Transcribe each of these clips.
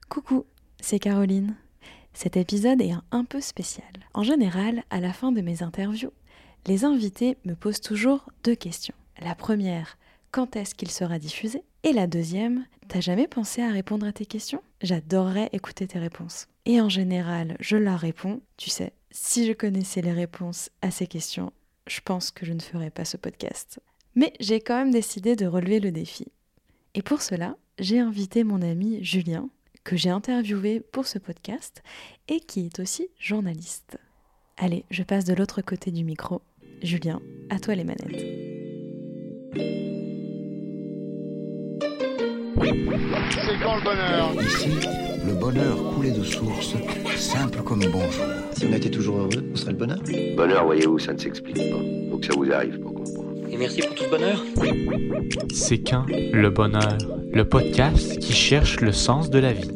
Coucou, c'est Caroline. Cet épisode est un peu spécial. En général, à la fin de mes interviews, les invités me posent toujours 2 questions. La première, quand est-ce qu'il sera diffusé ? Et la deuxième, t'as jamais pensé à répondre à tes questions ? J'adorerais écouter tes réponses. Et en général, je leur réponds, tu sais, si je connaissais les réponses à ces questions, je pense que je ne ferais pas ce podcast. Mais j'ai quand même décidé de relever le défi. Et pour cela, j'ai invité mon ami Julien, que j'ai interviewé pour ce podcast et qui est aussi journaliste. Allez, je passe de l'autre côté du micro. Julien, à toi les manettes. C'est quand le bonheur ? Ici, le bonheur coulait de source, simple comme bonjour. Si on était toujours heureux, où serait le bonheur ? Bonheur, voyez-vous, ça ne s'explique pas. Faut que ça vous arrive pour comprendre. Et merci pour tout ce bonheur. C'est quand le bonheur, le podcast qui cherche le sens de la vie.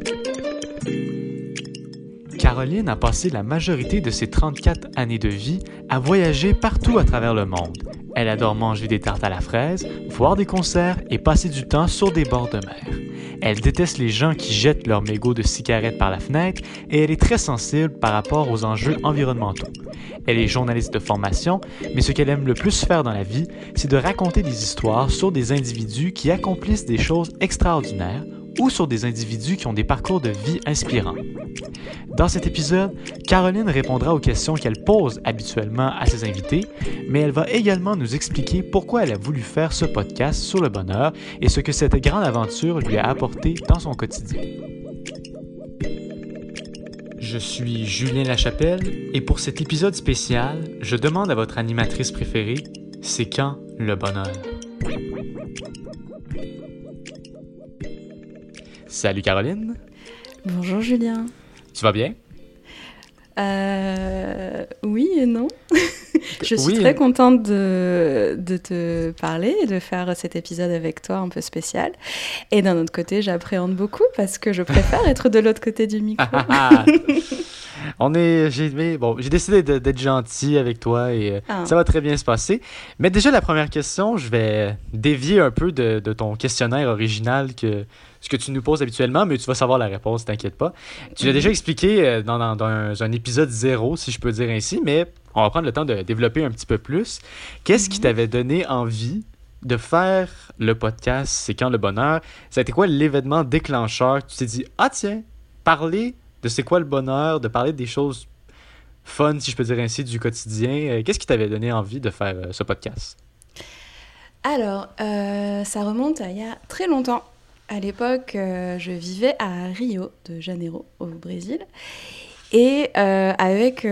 Caroline a passé la majorité de ses 34 années de vie à voyager partout à travers le monde. Elle adore manger des tartes à la fraise, voir des concerts et passer du temps sur des bords de mer. Elle déteste les gens qui jettent leurs mégots de cigarettes par la fenêtre et elle est très sensible par rapport aux enjeux environnementaux. Elle est journaliste de formation, mais ce qu'elle aime le plus faire dans la vie, c'est de raconter des histoires sur des individus qui accomplissent des choses extraordinaires ou sur des individus qui ont des parcours de vie inspirants. Dans cet épisode, Caroline répondra aux questions qu'elle pose habituellement à ses invités, mais elle va également nous expliquer pourquoi elle a voulu faire ce podcast sur le bonheur et ce que cette grande aventure lui a apporté dans son quotidien. Je suis Julien Lachapelle et pour cet épisode spécial, je demande à votre animatrice préférée, c'est quand le bonheur? Salut Caroline. Bonjour Julien. Tu vas bien? Oui et non. Je suis très contente de te parler et de faire cet épisode avec toi un peu spécial. Et d'un autre côté, j'appréhende beaucoup parce que je préfère être de l'autre côté du micro. J'ai décidé d'être gentil avec toi et ça va très bien se passer. Mais déjà, la première question, je vais dévier un peu de ton questionnaire original ce que tu nous poses habituellement, mais tu vas savoir la réponse, t'inquiète pas. Tu l'as déjà expliqué dans un épisode 0, si je peux dire ainsi, mais on va prendre le temps de développer un petit peu plus. Qu'est-ce qui t'avait donné envie de faire le podcast C'est quand le bonheur? Ça a été quoi l'événement déclencheur? Tu t'es dit, tiens, parler de c'est quoi le bonheur, de parler des choses fun, si je peux dire ainsi, du quotidien. Qu'est-ce qui t'avait donné envie de faire ce podcast? Alors, ça remonte à il y a très longtemps. À l'époque, je vivais à Rio de Janeiro, au Brésil. Et avec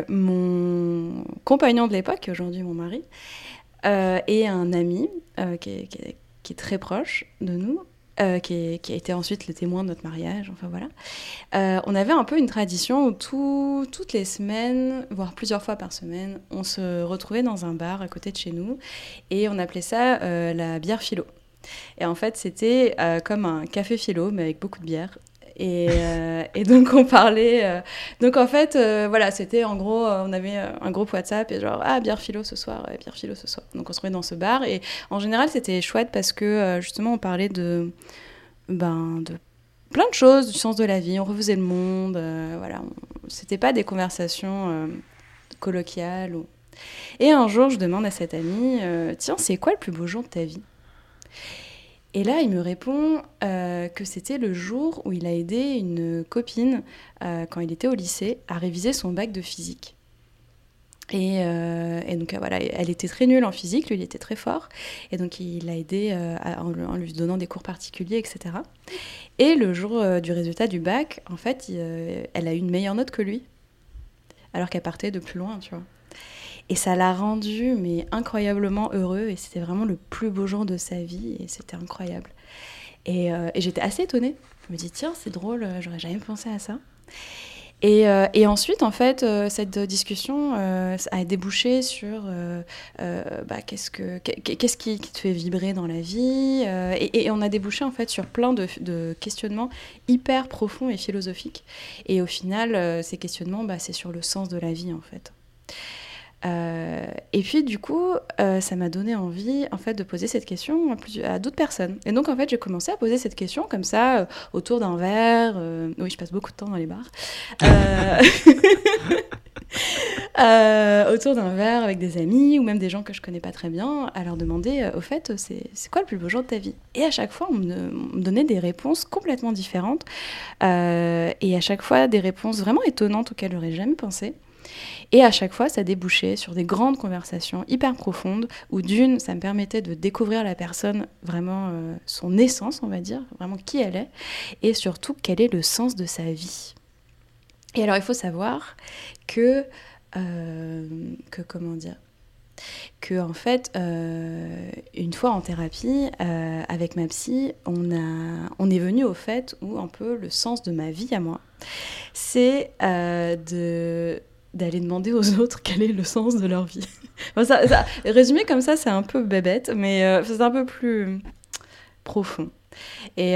mon compagnon de l'époque, qui est aujourd'hui mon mari, et un ami qui est très proche de nous, qui a été ensuite le témoin de notre mariage, enfin voilà. On avait un peu une tradition où toutes les semaines, voire plusieurs fois par semaine, on se retrouvait dans un bar à côté de chez nous et on appelait ça la bière philo. Et en fait, c'était comme un café philo, mais avec beaucoup de bière. Et donc, on parlait... donc, en fait, voilà, c'était en gros... on avait un groupe WhatsApp et genre, bière philo ce soir, bière philo ce soir. Donc, on se retrouvait dans ce bar. Et en général, c'était chouette parce que, justement, on parlait de plein de choses, du sens de la vie. On refaisait le monde. Voilà, c'était pas des conversations colloquiales. Et un jour, je demande à cet ami, tiens, c'est quoi le plus beau jour de ta vie ? Et là, il me répond que c'était le jour où il a aidé une copine, quand il était au lycée, à réviser son bac de physique. Et donc, voilà, elle était très nulle en physique, lui, il était très fort. Et donc, il l'a aidée en lui donnant des cours particuliers, etc. Et le jour du résultat du bac, en fait, elle a eu une meilleure note que lui, alors qu'elle partait de plus loin, tu vois. Et ça l'a rendu mais incroyablement heureux et c'était vraiment le plus beau jour de sa vie et c'était incroyable. Et j'étais assez étonnée. Je me dis tiens, c'est drôle, j'aurais jamais pensé à ça. Et ensuite, en fait, cette discussion a débouché sur qu'est-ce qui te fait vibrer dans la vie et on a débouché en fait sur plein de questionnements hyper profonds et philosophiques. Et au final, ces questionnements, c'est sur le sens de la vie en fait. Et puis du coup, ça m'a donné envie en fait de poser cette question à d'autres personnes. Et donc en fait, j'ai commencé à poser cette question comme ça autour d'un verre. Oui, je passe beaucoup de temps dans les bars. Autour d'un verre avec des amis ou même des gens que je connais pas très bien, à leur demander au fait c'est quoi le plus beau jour de ta vie. Et à chaque fois on me donnait des réponses complètement différentes et à chaque fois des réponses vraiment étonnantes auxquelles j'aurais jamais pensé. Et à chaque fois, ça débouchait sur des grandes conversations hyper profondes où d'une, ça me permettait de découvrir la personne, vraiment son essence, on va dire, vraiment qui elle est, et surtout quel est le sens de sa vie. Et alors, il faut savoir que comment dire, que en fait, une fois en thérapie avec ma psy, on est venu au fait où un peu le sens de ma vie à moi, c'est d'aller demander aux autres quel est le sens de leur vie. Enfin, résumé comme ça, c'est un peu bébête, mais c'est un peu plus profond. Et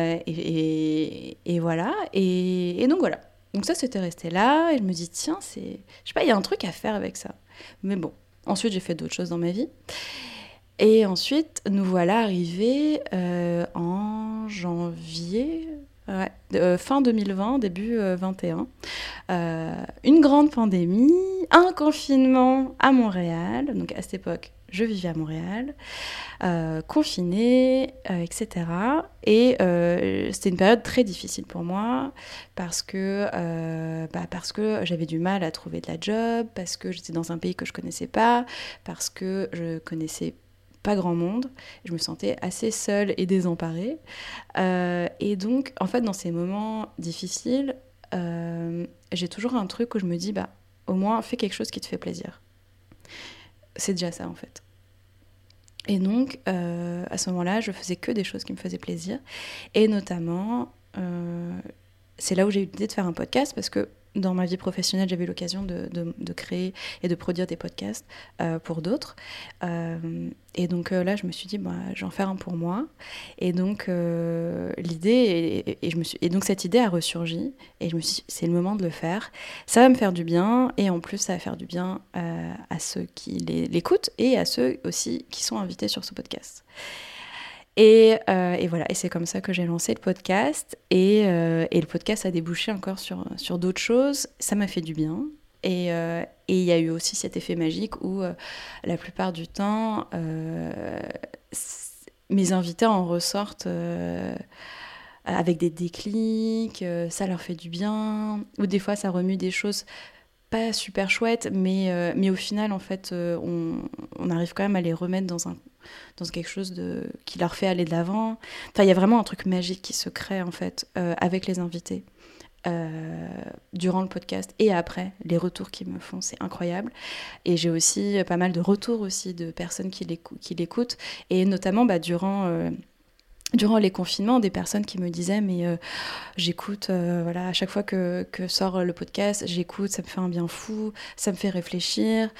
voilà. Et donc voilà. Donc ça, c'était resté là. Et je me dis, tiens, je sais pas, il y a un truc à faire avec ça. Mais bon, ensuite, j'ai fait d'autres choses dans ma vie. Et ensuite, nous voilà arrivés en janvier... fin 2020, début 2021. Une grande pandémie, un confinement à Montréal. Donc à cette époque, je vivais à Montréal, confinée, etc. Et c'était une période très difficile pour moi parce que j'avais du mal à trouver de la job, parce que j'étais dans un pays que je connaissais pas, parce que je connaissais pas grand monde, je me sentais assez seule et désemparée. Et donc, en fait, dans ces moments difficiles, j'ai toujours un truc où je me dis, au moins, fais quelque chose qui te fait plaisir. C'est déjà ça, en fait. Et donc, à ce moment-là, je faisais que des choses qui me faisaient plaisir. Et notamment, c'est là où j'ai eu l'idée de faire un podcast, parce que dans ma vie professionnelle, j'avais eu l'occasion de créer et de produire des podcasts pour d'autres. Et donc là, je me suis dit, je vais en faire un pour moi. Et donc, l'idée, et donc cette idée a ressurgi. Et je me suis dit, c'est le moment de le faire. Ça va me faire du bien. Et en plus, ça va faire du bien à ceux qui l'écoutent et à ceux aussi qui sont invités sur ce podcast. Et voilà, et c'est comme ça que j'ai lancé le podcast. Et le podcast a débouché encore sur d'autres choses. Ça m'a fait du bien. Et il y a eu aussi cet effet magique où la plupart du temps, mes invités en ressortent avec des déclics, ça leur fait du bien. Ou des fois, ça remue des choses pas super chouettes, mais au final, en fait, on arrive quand même à les remettre dans quelque chose qui leur fait aller de l'avant. Enfin, il y a vraiment un truc magique qui se crée, en fait, avec les invités. Durant le podcast et après, les retours qu'ils me font, c'est incroyable. Et j'ai aussi pas mal de retours aussi de personnes qui l'écoutent. Et notamment, durant les confinements, des personnes qui me disaient mais j'écoute, voilà, à chaque fois que sort le podcast, j'écoute, ça me fait un bien fou, ça me fait réfléchir.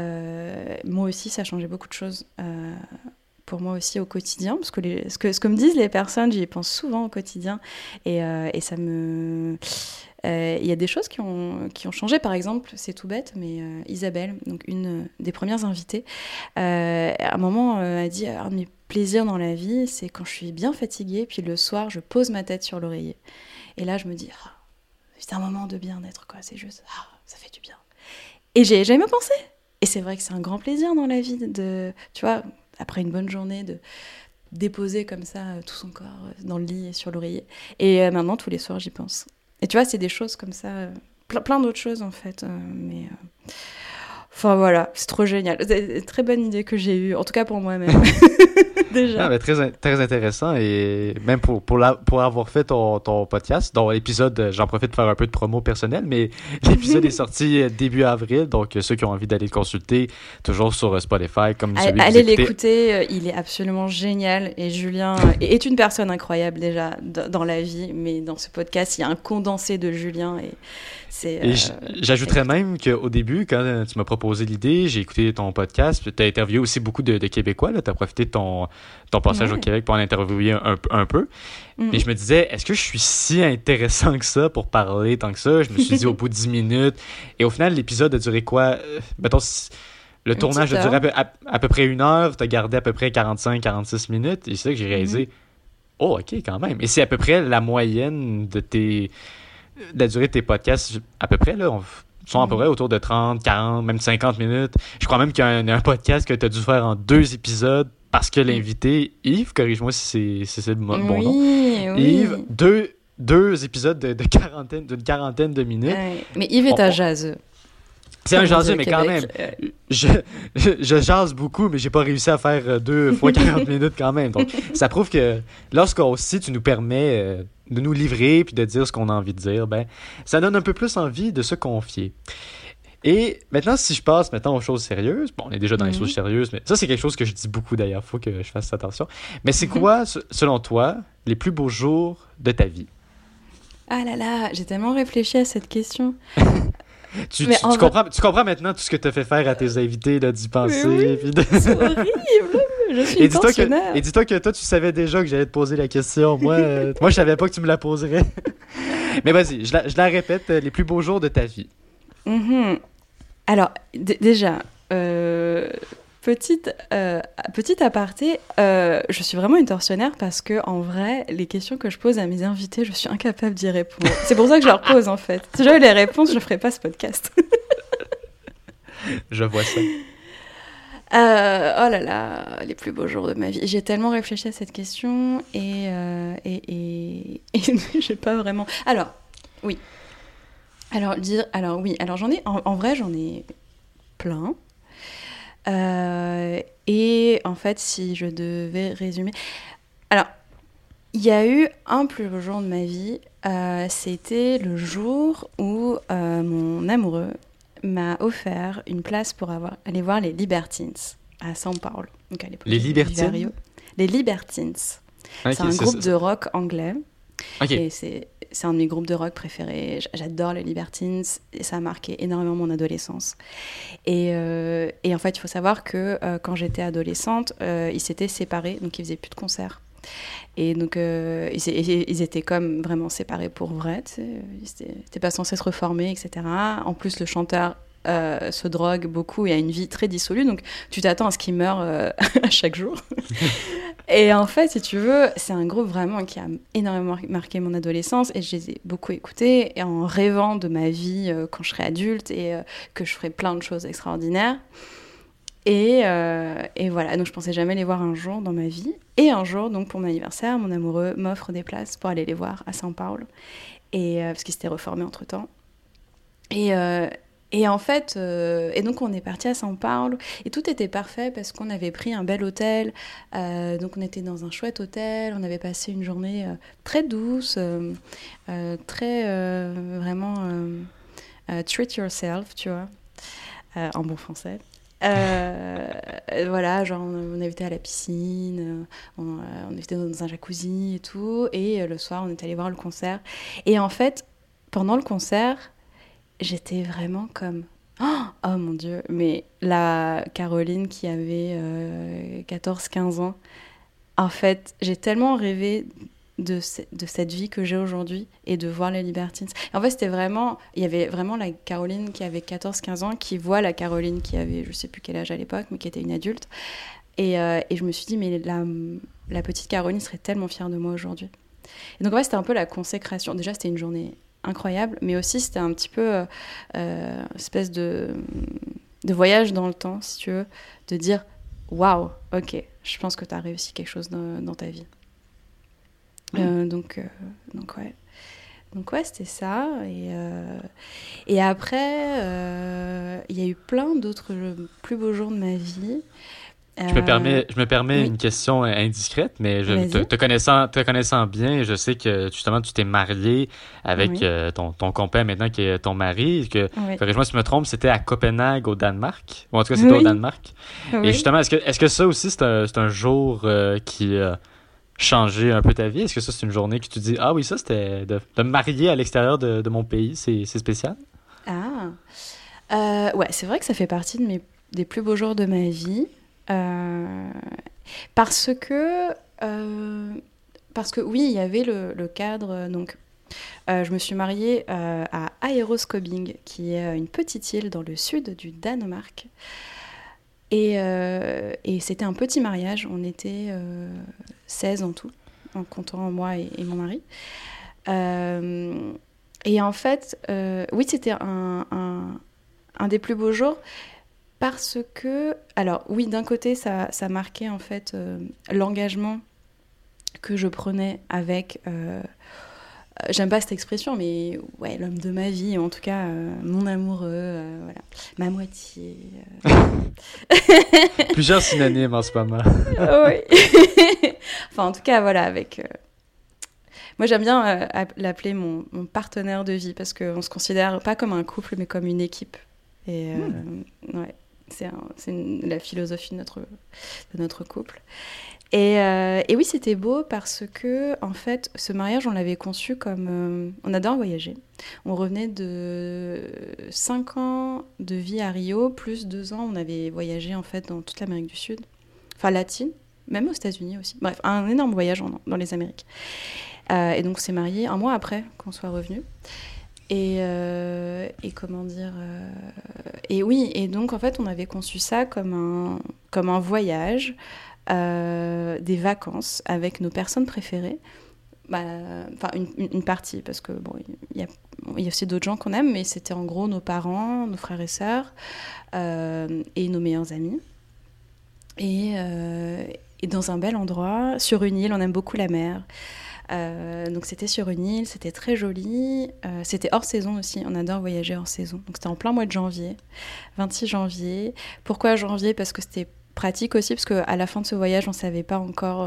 Moi aussi, ça a changé beaucoup de choses pour moi aussi au quotidien, parce que ce que me disent les personnes, j'y pense souvent au quotidien, et ça me... Il y a des choses qui ont changé. Par exemple, c'est tout bête, mais Isabelle, donc une des premières invitées, à un moment a dit, un de mes plaisirs dans la vie, c'est quand je suis bien fatiguée, puis le soir, je pose ma tête sur l'oreiller. Et là, je me dis, c'est un moment de bien-être, quoi. C'est juste, ça fait du bien. Et j'ai jamais pensé. Et c'est vrai que c'est un grand plaisir dans la vie tu vois, après une bonne journée, de déposer comme ça tout son corps dans le lit et sur l'oreiller. Et maintenant, tous les soirs, j'y pense. Et tu vois, c'est des choses comme ça, plein d'autres choses en fait. Mais enfin voilà, c'est trop génial. C'est une très bonne idée que j'ai eue, en tout cas pour moi-même. Déjà. Ah, mais très intéressant, et même pour avoir fait ton podcast, dont l'épisode, j'en profite de faire un peu de promo personnelle, mais l'épisode est sorti début avril, donc ceux qui ont envie d'aller le consulter, toujours sur Spotify, comme celui allez l'écouter, il est absolument génial, et Julien est une personne incroyable déjà dans la vie, mais dans ce podcast, il y a un condensé de Julien, et c'est... j'ajouterais même qu'au début, quand tu m'as proposé l'idée, j'ai écouté ton podcast, tu as interviewé aussi beaucoup de Québécois, tu as profité de ton passage au Ouais. Québec pour en interviewer un peu. Mhm. Et je me disais, est-ce que je suis si intéressant que ça pour parler tant que ça? Je me suis dit au bout de 10 minutes. Et au final, l'épisode a duré quoi? Mettons, le Une tournage a petite duré à peu près 1 heure. Tu as gardé à peu près 45-46 minutes. Et c'est là que j'ai réalisé, oh, OK, quand même. Et c'est à peu près la moyenne de la durée de tes podcasts. À peu près, là, sont à peu près autour de 30, 40, même 50 minutes. Je crois même qu'il y a un podcast que tu as dû faire en 2 épisodes parce que l'invité, Yves, corrige-moi si c'est le bon nom. Oui. Yves, deux épisodes d'une quarantaine de minutes. Ouais. Mais Yves est un jaseux. C'est un Comme on jaseux, dit mais au quand Québec. même, je jase beaucoup, mais j'ai pas réussi à faire 2 fois 40 minutes quand même. Donc, ça prouve que lorsqu'aussi tu nous permets de nous livrer puis de dire ce qu'on a envie de dire, ben, ça donne un peu plus envie de se confier. Et maintenant, si je passe maintenant aux choses sérieuses, bon, on est déjà dans les choses sérieuses, mais ça, c'est quelque chose que je dis beaucoup d'ailleurs, faut que je fasse attention. Mais c'est quoi, selon toi, les plus beaux jours de ta vie? Ah là là, j'ai tellement réfléchi à cette question. Tu Mais tu comprends maintenant tout ce que tu as fait faire à tes invités, là, d'y penser. Oui, puis c'est horrible. Je suis Et une dis-toi pensionnaire. que toi, tu savais déjà que j'allais te poser la question. Moi, je savais pas que tu me la poserais. Mais vas-y, je la répète, les plus beaux jours de ta vie. Mhm. Alors, déjà, petite aparté, je suis vraiment une tortionnaire parce que, en vrai, les questions que je pose à mes invités, je suis incapable d'y répondre. C'est pour ça que je leur pose, en fait. Si j'avais les réponses, je ne ferais pas ce podcast. Je vois ça. Oh là là, les plus beaux jours de ma vie. J'ai tellement réfléchi à cette question et j'ai pas vraiment. Alors, oui. Alors j'en ai. En vrai, j'en ai plein. Et en fait, si je devais résumer. Alors, il y a eu un plus beau jour de ma vie. C'était le jour où mon amoureux m'a offert une place pour aller voir les Libertines à São Paulo. Donc, à l'époque, Les je vivais à Libertines? Rio. Les Libertines. Ok, C'est un groupe de rock anglais. Ok. Et c'est un de mes groupes de rock préférés. J'adore les Libertines et ça a marqué énormément mon adolescence. Et en fait, il faut savoir que quand j'étais adolescente, ils s'étaient séparés, donc ils faisaient plus de concerts. Et donc, ils étaient comme vraiment séparés pour vrai. Tu sais. Ils n'étaient pas censés se reformer, etc. En plus, le chanteur se drogue beaucoup et a une vie très dissolue. Donc, tu t'attends à ce qu'il meure à chaque jour. Et en fait, si tu veux, c'est un groupe vraiment qui a énormément marqué mon adolescence et je les ai beaucoup écoutés et en rêvant de ma vie quand je serai adulte et que je ferai plein de choses extraordinaires. Et voilà, donc je pensais jamais les voir un jour dans ma vie. Et un jour, donc pour mon anniversaire, mon amoureux m'offre des places pour aller les voir à São Paulo, parce qu'il s'était reformé entre-temps. Et en fait, et donc on est parti à São Paulo et tout était parfait parce qu'on avait pris un bel hôtel. Donc on était dans un chouette hôtel, on avait passé une journée très douce, très vraiment treat yourself, tu vois, en bon français. Voilà, genre on avait été à la piscine, on était dans un jacuzzi et tout, et le soir on est allé voir le concert. Et en fait, pendant le concert, j'étais vraiment comme oh mon Dieu, mais la Caroline qui avait 14-15 ans, en fait, j'ai tellement rêvé de cette vie que j'ai aujourd'hui et de voir les Libertines. En fait, il y avait vraiment la Caroline qui avait 14-15 ans qui voit la Caroline qui avait, je sais plus quel âge à l'époque, mais qui était une adulte. Et je me suis dit, mais la petite Caroline serait tellement fière de moi aujourd'hui. Et donc, en fait, c'était un peu la consécration. Déjà, c'était une journée incroyable, mais aussi, c'était un petit peu espèce de voyage dans le temps, si tu veux, de dire, waouh, ok, je pense que tu as réussi quelque chose dans ta vie. Donc ouais, c'était ça. Et après, il y a eu plein d'autres plus beaux jours de ma vie. Je me permets oui. une question indiscrète, mais Vas-y. te connaissant bien, je sais que justement tu t'es mariée avec Oui. ton compagnon maintenant qui est ton mari. Oui. Corrige-moi si je me trompe, c'était à Copenhague au Danemark. Ou en tout cas, c'était Oui. au Danemark. Oui. Et justement, est-ce que ça aussi c'est un jour qui a changé un peu ta vie? Est-ce que ça c'est une journée que tu dis ah oui, ça c'était de me marier à l'extérieur de mon pays, c'est spécial? Ouais, c'est vrai que ça fait partie des plus beaux jours de ma vie. Parce que oui, il y avait le cadre. Donc, je me suis mariée à Aeroskobing, qui est une petite île dans le sud du Danemark. Et c'était un petit mariage. On était 16 en tout, en comptant moi et mon mari. Et en fait, oui, c'était un des plus beaux jours. Parce que, alors oui, d'un côté, ça marquait en fait l'engagement que je prenais avec, j'aime pas cette expression, mais ouais, l'homme de ma vie, en tout cas, mon amoureux, voilà, ma moitié. Plusieurs synonymes en ce moment. Oui. Enfin, en tout cas, voilà, avec... Moi, j'aime bien l'appeler mon partenaire de vie, parce qu'on se considère pas comme un couple, mais comme une équipe. Et ouais. C'est la philosophie de notre couple. Et oui, c'était beau parce que, en fait, ce mariage, on l'avait conçu comme... on adore voyager. On revenait de 5 ans de vie à Rio, plus 2 ans, on avait voyagé, en fait, dans toute l'Amérique du Sud. Enfin, latine, même aux États-Unis aussi. Bref, un énorme voyage dans les Amériques. Et donc, on s'est mariés 1 mois après qu'on soit revenus. Et comment dire et oui, et donc en fait on avait conçu ça comme un voyage, des vacances avec nos personnes préférées, enfin une partie, parce que bon, il y a aussi d'autres gens qu'on aime, mais c'était en gros nos parents, nos frères et sœurs, et nos meilleurs amis, et dans un bel endroit sur une île. On aime beaucoup la mer. Donc c'était sur une île, c'était très joli, c'était hors saison aussi, on adore voyager hors saison, donc c'était en plein mois de janvier, 26 janvier. Pourquoi janvier? Parce que c'était pratique aussi, parce qu'à la fin de ce voyage on savait pas encore,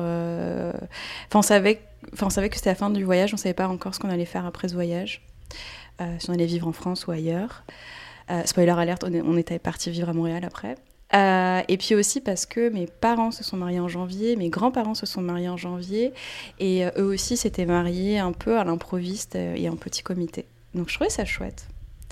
on savait que c'était la fin du voyage, on savait pas encore ce qu'on allait faire après ce voyage, si on allait vivre en France ou ailleurs. Spoiler alert, on était partis vivre à Montréal après. Et puis aussi parce que mes parents se sont mariés en janvier, mes grands-parents se sont mariés en janvier, et eux aussi s'étaient mariés un peu à l'improviste et en petit comité. Donc je trouvais ça chouette.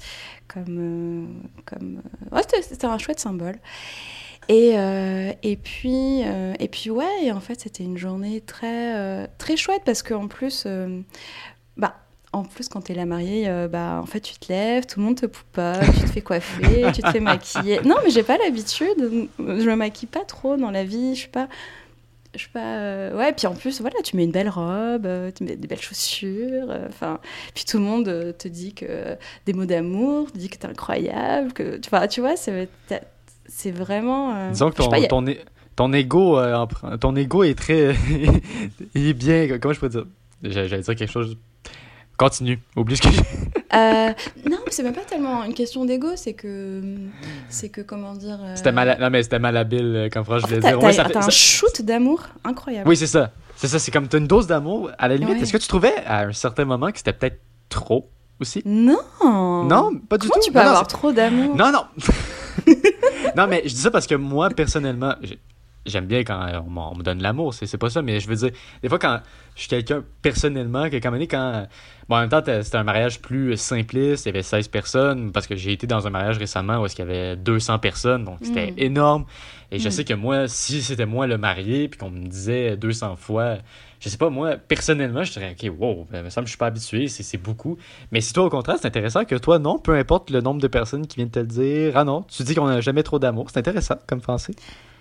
Ouais, c'était un chouette symbole. Et puis ouais, en fait c'était une journée très, très chouette, parce qu'en plus... En plus, quand t'es la mariée, en fait, tu te lèves, tout le monde te poupote, tu te fais coiffer, tu te fais maquiller. Non, mais j'ai pas l'habitude. Je me maquille pas trop dans la vie. Je suis pas. Ouais, puis en plus, voilà, tu mets une belle robe, tu mets des belles chaussures. Puis tout le monde te dit des mots d'amour, te dit que t'es incroyable, que. Enfin, tu vois, c'est vraiment. Disons que ton ego est très. Il est bien. Comment je peux dire? J'allais dire quelque chose. Continue, oublie ce que non, c'est même pas tellement une question d'ego, c'est que comment dire... C'était malhabile comme phrase, je voulais dire. T'as un shoot d'amour incroyable. Oui, c'est ça, c'est comme t'as une dose d'amour, à la limite. Ouais. Est-ce que tu trouvais à un certain moment que c'était peut-être trop aussi? Non, pas du tout. Comment tu peux avoir trop d'amour? Non. Non, mais je dis ça parce que moi, personnellement... J'aime bien quand on me donne l'amour, c'est pas ça, mais je veux dire, des fois quand je suis quelqu'un personnellement, que quand en même temps c'était un mariage plus simpliste, il y avait 16 personnes, parce que j'ai été dans un mariage récemment où il y avait 200 personnes, donc c'était énorme, et je sais que moi, si c'était moi le marié, puis qu'on me disait 200 fois, je sais pas, moi, personnellement, je dirais, ok, wow, il me semble que je suis pas habitué, c'est beaucoup, mais si toi, au contraire, c'est intéressant que toi, non, peu importe le nombre de personnes qui viennent te le dire, ah non, tu dis qu'on n'a jamais trop d'amour, c'est intéressant comme pensée.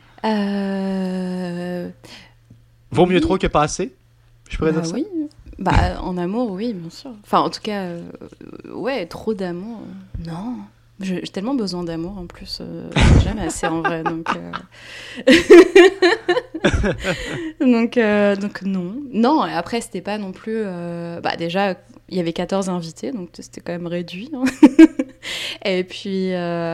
Vaut mieux trop que pas assez, je pourrais dire ça. Oui, en amour, oui, bien sûr. Enfin, en tout cas, ouais, trop d'amour, non. J'ai tellement besoin d'amour en plus, jamais assez en vrai, donc donc non. Non, après c'était pas non plus. Déjà, il y avait 14 invités, donc c'était quand même réduit. Hein. Et puis.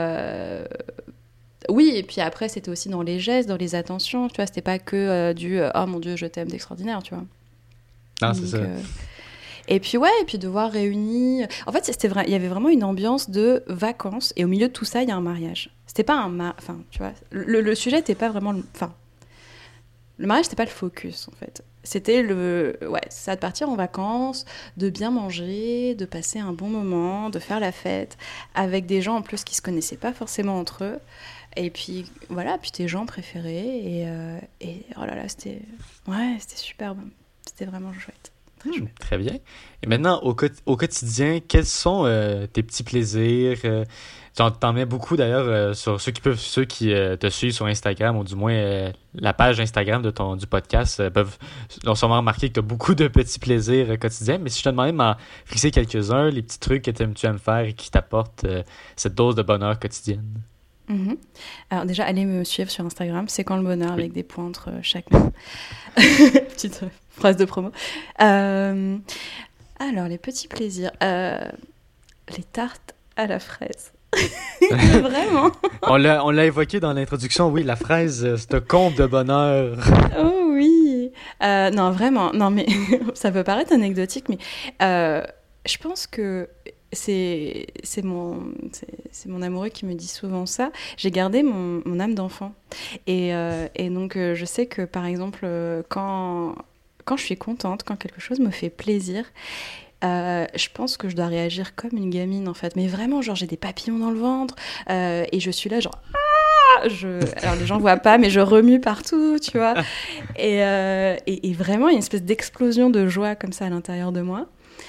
Oui, et puis après, c'était aussi dans les gestes, dans les attentions, tu vois, c'était pas que oh mon Dieu, je t'aime, d'extraordinaire, tu vois. Ah, c'est ça. Et puis, ouais, et puis de voir réunis... En fait, c'était vrai, il y avait vraiment une ambiance de vacances, et au milieu de tout ça, il y a un mariage. C'était pas Enfin, tu vois, le sujet n'était pas vraiment... Le mariage, c'était pas le focus, en fait. C'était ça, de partir en vacances, de bien manger, de passer un bon moment, de faire la fête, avec des gens, en plus, qui se connaissaient pas forcément entre eux. Et puis voilà, puis tes gens préférés et oh là là, c'était superbe, c'était vraiment chouette. Très bien. Et maintenant, au quotidien, quels sont tes petits plaisirs? T'en mets beaucoup d'ailleurs sur ceux qui te suivent sur Instagram, ou du moins la page Instagram du podcast peuvent ont sûrement remarqué que tu as beaucoup de petits plaisirs quotidiens. Mais si je te demandais de m'en fixer quelques-uns, les petits trucs que tu aimes faire et qui t'apportent cette dose de bonheur quotidienne. Mm-hmm. Alors déjà, allez me suivre sur Instagram, c'est quand le bonheur, avec des points entre chaque mot. Petite phrase de promo. Alors, les petits plaisirs. Les tartes à la fraise. Vraiment. On l'a évoqué dans l'introduction, oui, la fraise, c'est un comble de bonheur. Oh oui. Non, vraiment. Non, mais ça peut paraître anecdotique, mais je pense que c'est mon amoureux qui me dit souvent ça. J'ai gardé mon âme d'enfant. Et donc, je sais que, par exemple, quand je suis contente, quand quelque chose me fait plaisir, je pense que je dois réagir comme une gamine, en fait. Mais vraiment, genre, j'ai des papillons dans le ventre et je suis là, genre... Alors, les gens ne voient pas, mais je remue partout, tu vois. Et vraiment, il y a une espèce d'explosion de joie comme ça à l'intérieur de moi.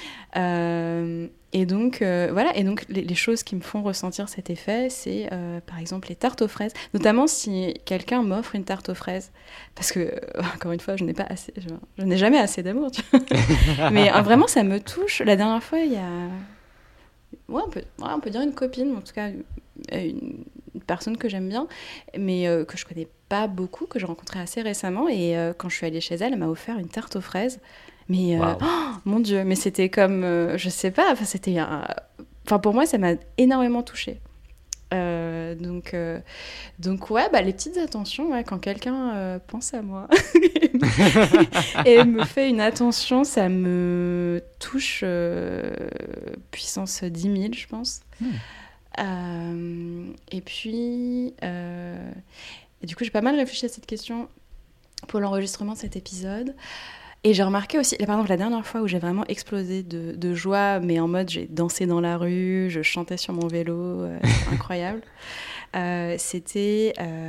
Et donc, voilà. Et donc, les choses qui me font ressentir cet effet, c'est par exemple les tartes aux fraises. Notamment si quelqu'un m'offre une tarte aux fraises. Parce que, encore une fois, je n'ai jamais assez d'amour, tu vois. Mais vraiment, ça me touche. La dernière fois, il y a... Ouais, on peut dire une copine, en tout cas, une personne que j'aime bien, mais que je connais pas beaucoup, que j'ai rencontrée assez récemment. Et quand je suis allée chez elle, elle m'a offert une tarte aux fraises. Mais wow. Mon Dieu, mais c'était comme, je sais pas, enfin pour moi ça m'a énormément touchée. Donc ouais, bah les petites attentions, ouais, quand quelqu'un pense à moi et me fait une attention, ça me touche puissance 10 000, je pense. Et puis et du coup j'ai pas mal réfléchi à cette question pour l'enregistrement de cet épisode. Et j'ai remarqué aussi, par exemple, la dernière fois où j'ai vraiment explosé de joie, mais en mode j'ai dansé dans la rue, je chantais sur mon vélo, c'était incroyable. C'était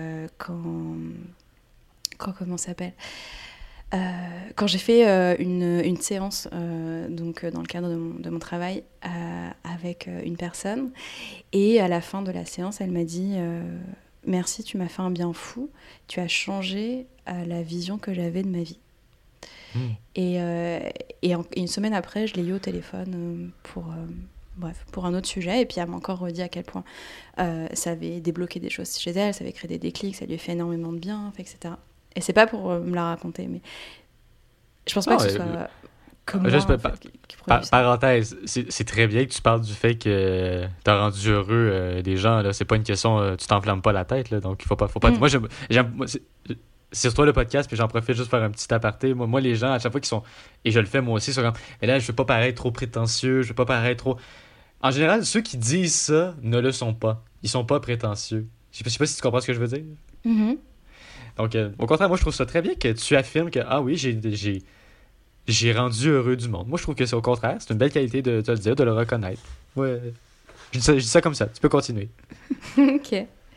comment ça s'appelle quand j'ai fait une séance donc dans le cadre de mon travail avec une personne, et à la fin de la séance, elle m'a dit merci, tu m'as fait un bien fou, tu as changé la vision que j'avais de ma vie. Et une semaine après, je l'ai eu au téléphone pour un autre sujet, et puis elle m'a encore redit à quel point ça avait débloqué des choses chez elle, ça avait créé des déclics, ça lui a fait énormément de bien, etc. Et c'est pas pour me la raconter, mais je pense pas que ce soit comme moi, juste en fait, qui produit ça. Parenthèse, c'est très bien que tu parles du fait que t'as rendu heureux des gens, là. C'est pas une question, tu t'enflammes pas la tête, là, donc il faut pas. Moi, c'est sur toi le podcast, puis j'en profite juste pour faire un petit aparté. Moi, les gens, à chaque fois qu'ils sont... Et je le fais moi aussi, sont comme... Mais là, je veux pas paraître trop prétentieux, je veux pas paraître trop... En général, ceux qui disent ça ne le sont pas. Ils sont pas prétentieux. Je sais pas si tu comprends ce que je veux dire. Mm-hmm. Donc, au contraire, moi, je trouve ça très bien que tu affirmes que, ah oui, j'ai rendu heureux du monde. Moi, je trouve que c'est au contraire. C'est une belle qualité de te le dire, de le reconnaître. Ouais. Je dis ça comme ça. Tu peux continuer. Ok.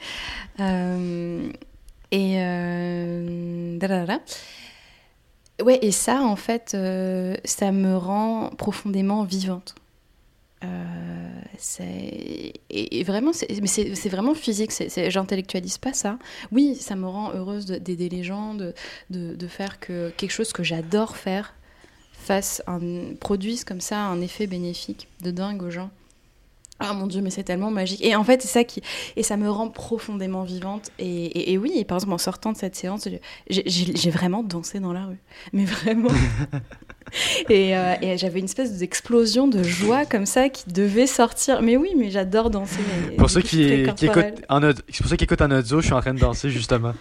Ouais, et ça, en fait, ça me rend profondément vivante. Et vraiment, c'est vraiment physique. J'intellectualise pas ça. Oui, ça me rend heureuse d'aider les gens, de faire que quelque chose que j'adore faire produise comme ça un effet bénéfique de dingue aux gens. Ah mon Dieu, mais c'est tellement magique. Et en fait, et ça me rend profondément vivante. Et oui, et par exemple, en sortant de cette séance, j'ai vraiment dansé dans la rue. Mais vraiment. et j'avais une espèce d'explosion de joie comme ça qui devait sortir. Mais oui, mais j'adore danser. Pour ceux qui écoutent en audio, je suis en train de danser justement.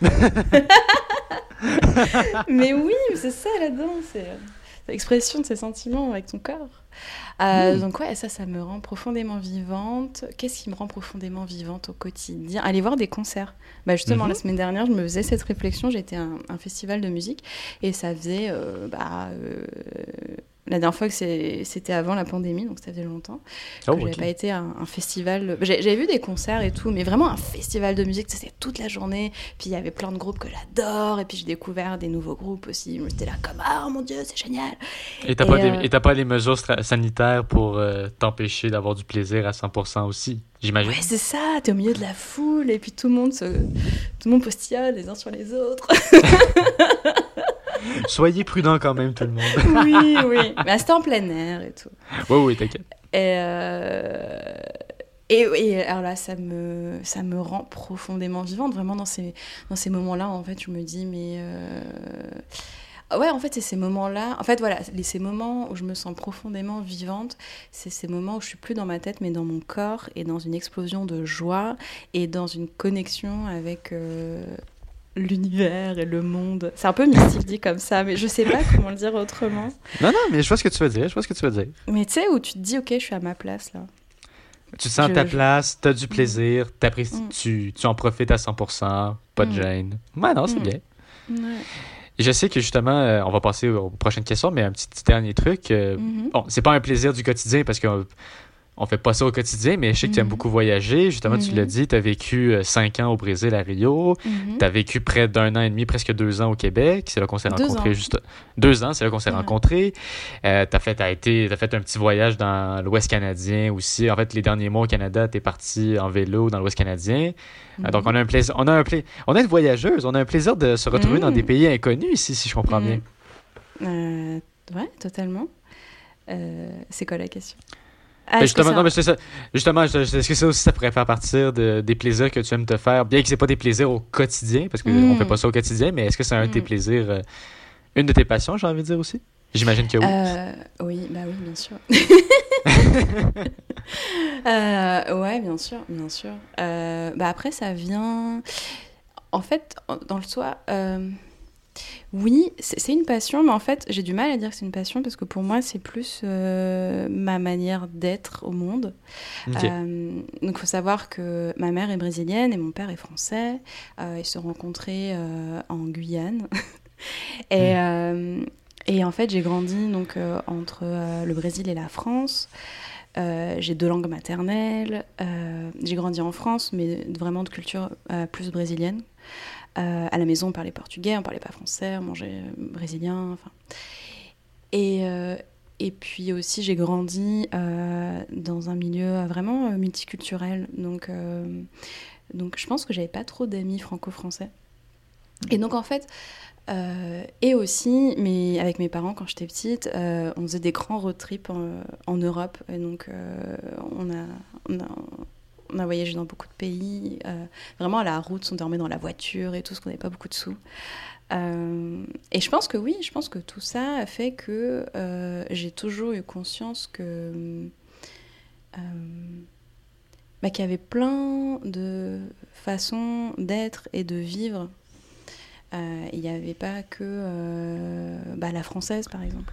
Mais oui, c'est ça la danse. C'est l'expression de ses sentiments avec ton corps. Donc ouais, ça me rend profondément vivante. Qu'est-ce qui me rend profondément vivante au quotidien ? Aller voir des concerts. Justement, la semaine dernière, je me faisais cette réflexion. J'étais à un festival de musique et ça faisait La dernière fois que c'était avant la pandémie, donc ça faisait longtemps que j'avais pas été à un festival. J'avais vu des concerts et tout, mais vraiment un festival de musique, c'était toute la journée. Puis il y avait plein de groupes que j'adore, et puis j'ai découvert des nouveaux groupes aussi. J'étais là comme oh mon Dieu, c'est génial. Et t'as pas les mesures sanitaires pour t'empêcher d'avoir du plaisir à 100% aussi, j'imagine. Ouais, c'est ça. T'es au milieu de la foule et puis tout le monde postillonne les uns sur les autres. Soyez prudents quand même, tout le monde. Oui. Mais c'était en plein air et tout. Oui, t'inquiète. Et alors là, ça me rend profondément vivante. Vraiment, dans ces moments-là, en fait, je me dis, mais... Ouais, en fait, c'est ces moments-là... En fait, voilà, ces moments où je me sens profondément vivante, c'est ces moments où je suis plus dans ma tête, mais dans mon corps, et dans une explosion de joie, et dans une connexion avec... l'univers et le monde. C'est un peu mystique dit comme ça, mais je sais pas comment le dire autrement. Non, mais je vois ce que tu veux dire. Mais tu sais, où tu te dis, ok, je suis à ma place, là. Tu te sens à ta place, t'as du plaisir, tu en profites à 100%, pas de gêne. Ouais, non, c'est bien. Ouais. Et je sais que justement, on va passer aux prochaines questions, mais un petit dernier truc. Bon, c'est pas un plaisir du quotidien parce qu'on fait pas ça au quotidien, mais je sais que tu aimes beaucoup voyager. Justement, tu l'as dit, tu as vécu 5 ans au Brésil, à Rio. Tu as vécu près d'1 an et demi, presque 2 ans au Québec. C'est là qu'on s'est rencontrés. 2 ans, c'est là qu'on s'est rencontrés. Tu as fait un petit voyage dans l'Ouest canadien aussi. En fait, les derniers mois au Canada, tu es parti en vélo dans l'Ouest canadien. Donc, on a un plaisir. On est une voyageuse. On a un plaisir de se retrouver dans des pays inconnus ici, si je comprends bien. Ouais, totalement. C'est quoi la question? Justement, non, mais c'est ça. Justement, est-ce que ça aussi, ça pourrait faire partie des plaisirs que tu aimes te faire, bien que c'est pas des plaisirs au quotidien, parce qu'on fait pas ça au quotidien, mais est-ce que c'est un de tes plaisirs, une de tes passions, j'ai envie de dire aussi? J'imagine que oui. Oui, bien sûr. Ouais, bien sûr. Après, ça vient... En fait, dans le soi... Oui, c'est une passion, mais en fait, j'ai du mal à dire que c'est une passion parce que pour moi, c'est plus ma manière d'être au monde. Okay. Donc, il faut savoir que ma mère est brésilienne et mon père est français. Ils se sont rencontrés en Guyane. Et en fait, j'ai grandi donc, entre le Brésil et la France. J'ai 2 langues maternelles. J'ai grandi en France, mais vraiment de culture plus brésilienne. À la maison, on parlait portugais, on parlait pas français, on mangeait brésilien, enfin. Et puis aussi, j'ai grandi dans un milieu vraiment multiculturel. Donc, je pense que j'avais pas trop d'amis franco-français. Et donc, en fait, et aussi, mais avec mes parents, quand j'étais petite, on faisait des grands road trips en Europe. Et donc, on a voyagé dans beaucoup de pays. Vraiment, à la route, on dormait dans la voiture et tout, parce qu'on n'avait pas beaucoup de sous. Et je pense que tout ça a fait que j'ai toujours eu conscience que qu'il y avait plein de façons d'être et de vivre. Il n'y avait pas que la française, par exemple.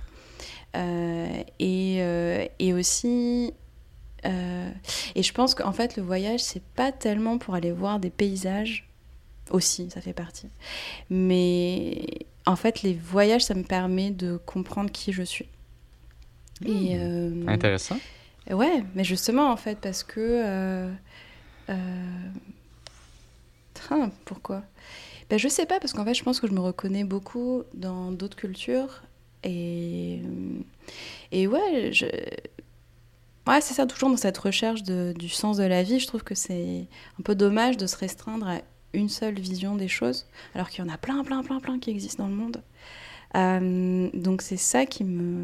Et aussi... et je pense qu'en fait, le voyage, c'est pas tellement pour aller voir des paysages. Aussi, ça fait partie. Mais en fait, les voyages, ça me permet de comprendre qui je suis. Et, intéressant. Ouais, mais justement, en fait, parce que... pourquoi ? Je sais pas, parce qu'en fait, je pense que je me reconnais beaucoup dans d'autres cultures. Et ouais, ouais, c'est ça, toujours dans cette recherche du sens de la vie. Je trouve que c'est un peu dommage de se restreindre à une seule vision des choses, alors qu'il y en a plein qui existent dans le monde. Donc c'est ça qui me...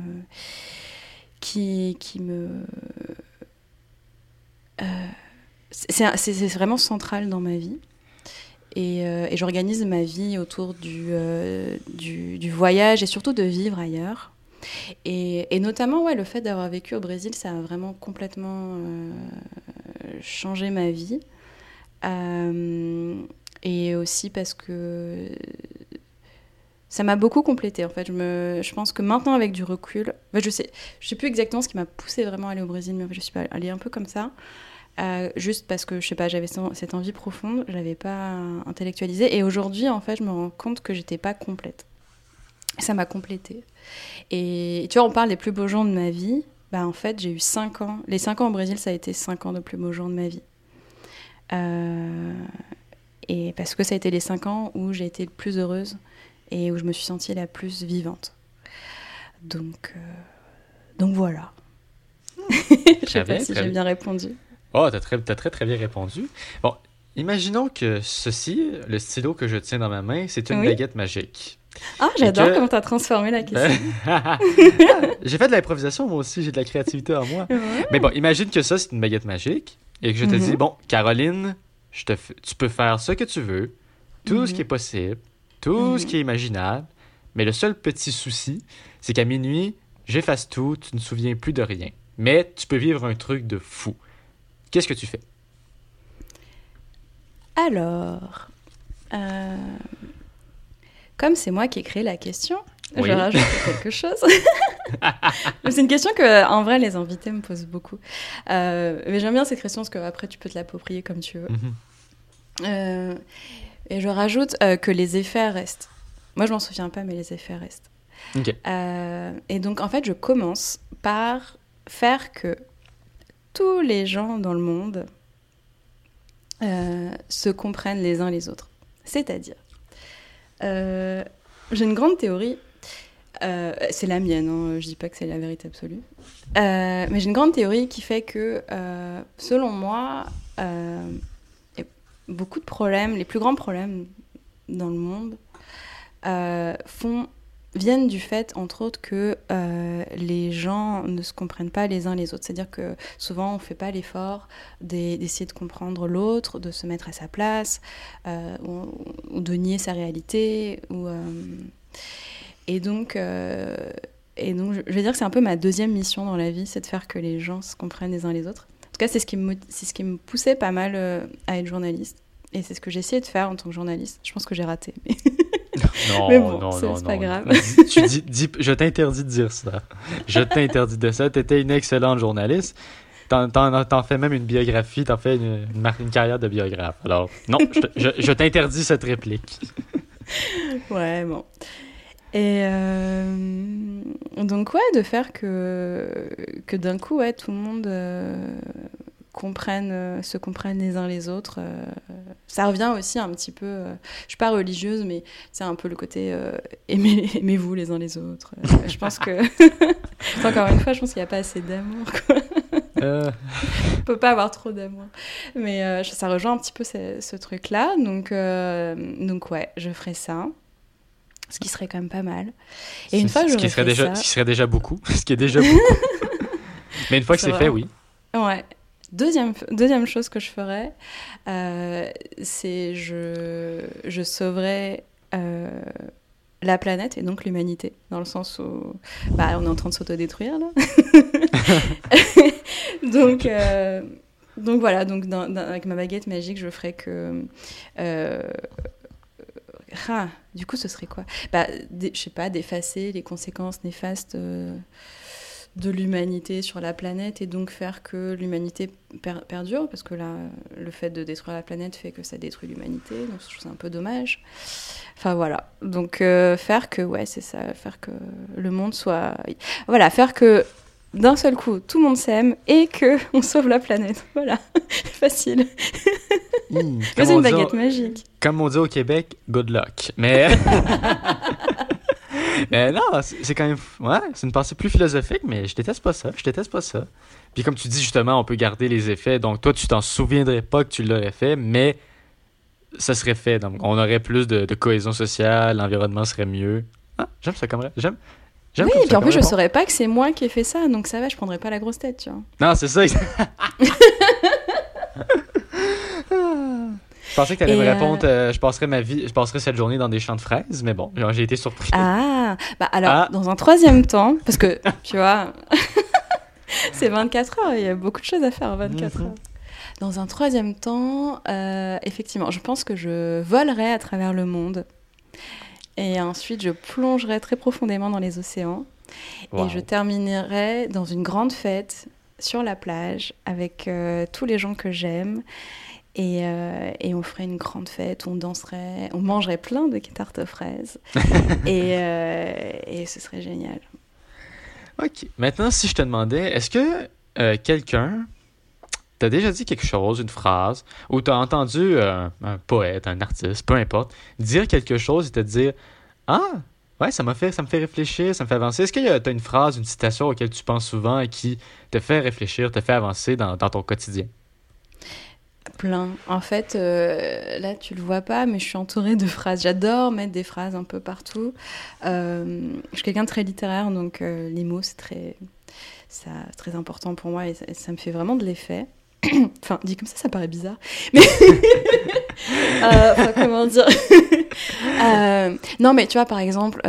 c'est vraiment central dans ma vie. Et j'organise ma vie autour du voyage et surtout de vivre ailleurs. Et notamment, ouais, le fait d'avoir vécu au Brésil, ça a vraiment complètement changé ma vie. Et aussi parce que ça m'a beaucoup complétée, en fait. Je pense que maintenant, avec du recul... je sais plus exactement ce qui m'a poussée vraiment à aller au Brésil, mais je suis allée un peu comme ça. Juste parce que, je sais pas, j'avais cette envie profonde, je l'avais pas intellectualisée. Et aujourd'hui, en fait, je me rends compte que j'étais pas complète. Ça m'a complétée. Et tu vois, on parle des plus beaux jours de ma vie. Bah, en fait, j'ai eu 5 ans. Les 5 ans au Brésil, ça a été 5 ans de plus beaux jours de ma vie. Et parce que ça a été les 5 ans où j'ai été le plus heureuse et où je me suis sentie la plus vivante. Donc voilà. Je sais pas si j'ai bien répondu. Oh, t'as très bien répondu. Bon, imaginons que ceci, le stylo que je tiens dans ma main, c'est une baguette magique. Ah, j'adore comment t'as transformé la question. J'ai fait de l'improvisation, moi aussi, j'ai de la créativité en moi. Ouais. Mais bon, imagine que ça, c'est une baguette magique et que je te dis, bon, Caroline, tu peux faire ce que tu veux, tout ce qui est possible, tout ce qui est imaginable, mais le seul petit souci, c'est qu'à minuit, j'efface tout, tu ne te souviens plus de rien. Mais tu peux vivre un truc de fou. Qu'est-ce que tu fais? Alors, comme c'est moi qui ai créé la question, je rajoute quelque chose. C'est une question que, en vrai, les invités me posent beaucoup. Mais j'aime bien cette question parce qu'après, tu peux te l'approprier comme tu veux. Et je rajoute que les effets restent. Moi, je m'en souviens pas, mais les effets restent. Okay. Et donc, en fait, je commence par faire que tous les gens dans le monde se comprennent les uns les autres. C'est-à-dire, j'ai une grande théorie, c'est la mienne, hein, je dis pas que c'est la vérité absolue, mais j'ai une grande théorie qui fait que, selon moi, beaucoup de problèmes, les plus grands problèmes dans le monde, viennent du fait, entre autres, que les gens ne se comprennent pas les uns les autres. C'est-à-dire que souvent, on ne fait pas l'effort d'essayer de comprendre l'autre, de se mettre à sa place, ou de nier sa réalité. Et donc, je vais dire que c'est un peu ma deuxième mission dans la vie, c'est de faire que les gens se comprennent les uns les autres. En tout cas, c'est ce qui me poussait pas mal à être journaliste. Et c'est ce que j'ai essayé de faire en tant que journaliste. Je pense que j'ai raté, mais... mais bon, c'est pas grave. Je t'interdis de dire ça. Je t'interdis de ça. T'étais une excellente journaliste. T'en fais même une biographie. T'en fais une carrière de biographe. Alors, non, je t'interdis cette réplique. Ouais, bon. Et donc, ouais, de faire que d'un coup, ouais, tout le monde... se comprennent les uns les autres. Ça revient aussi un petit peu... je suis pas religieuse, mais c'est un peu le côté aimez-vous les uns les autres. Je pense que... Encore une fois, je pense qu'il n'y a pas assez d'amour. On peut pas avoir trop d'amour. Mais ça rejoint un petit peu ce truc-là. Donc, ouais, je ferai ça. Ce qui serait quand même pas mal. Et une fois que j'aurais fait ça... Ce qui serait déjà beaucoup. Ce qui est déjà beaucoup. Mais une fois que c'est fait, oui. Ouais. Deuxième chose que je ferais, c'est je sauverais la planète et donc l'humanité, dans le sens où on est en train de s'autodétruire là. donc voilà, avec ma baguette magique, je ferais que... du coup, ce serait quoi ? Je sais pas, d'effacer les conséquences néfastes... de l'humanité sur la planète et donc faire que l'humanité perdure, parce que là, le fait de détruire la planète fait que ça détruit l'humanité, donc je trouve ça un peu dommage. Enfin voilà, donc faire que le monde soit... Voilà, faire que d'un seul coup, tout le monde s'aime et qu'on sauve la planète. Voilà, facile. C'est une baguette magique. Comme on dit au Québec, good luck. Mais... Mais non, c'est quand même... Ouais, c'est une pensée plus philosophique, mais je déteste pas ça. Puis comme tu dis, justement, on peut garder les effets. Donc toi, tu t'en souviendrais pas que tu l'aurais fait, mais ça serait fait. Donc on aurait plus de cohésion sociale, l'environnement serait mieux. Ah, j'aime ça comme... J'aime oui, et puis en plus, je saurais pas que c'est moi qui ai fait ça, donc ça va, je prendrais pas la grosse tête, tu vois. Non, c'est ça. Je pensais que tu allais me répondre, je passerais cette journée dans des champs de fraises, mais bon, j'ai été surpris. Dans un troisième temps, parce que, tu vois, c'est 24 heures, il y a beaucoup de choses à faire en 24 heures. Dans un troisième temps, effectivement, je pense que je volerais à travers le monde. Et ensuite, je plongerais très profondément dans les océans. Wow. Et je terminerais dans une grande fête sur la plage avec tous les gens que j'aime. Et on ferait une grande fête, on danserait, on mangerait plein de tartes aux fraises. Et ce serait génial. OK. Maintenant, si je te demandais, est-ce que quelqu'un t'a déjà dit quelque chose, une phrase, ou t'as entendu un poète, un artiste, peu importe, dire quelque chose et te dire « Ah, ouais, ça me fait réfléchir, ça me fait avancer. » Est-ce que t'as une phrase, une citation auquel tu penses souvent et qui te fait réfléchir, te fait avancer dans ton quotidien? Plein. En fait, là, tu le vois pas, mais je suis entourée de phrases. J'adore mettre des phrases un peu partout. Je suis quelqu'un de très littéraire, donc les mots, c'est très important pour moi et ça me fait vraiment de l'effet. Enfin, dit comme ça paraît bizarre. Mais comment dire non, mais tu vois, par exemple,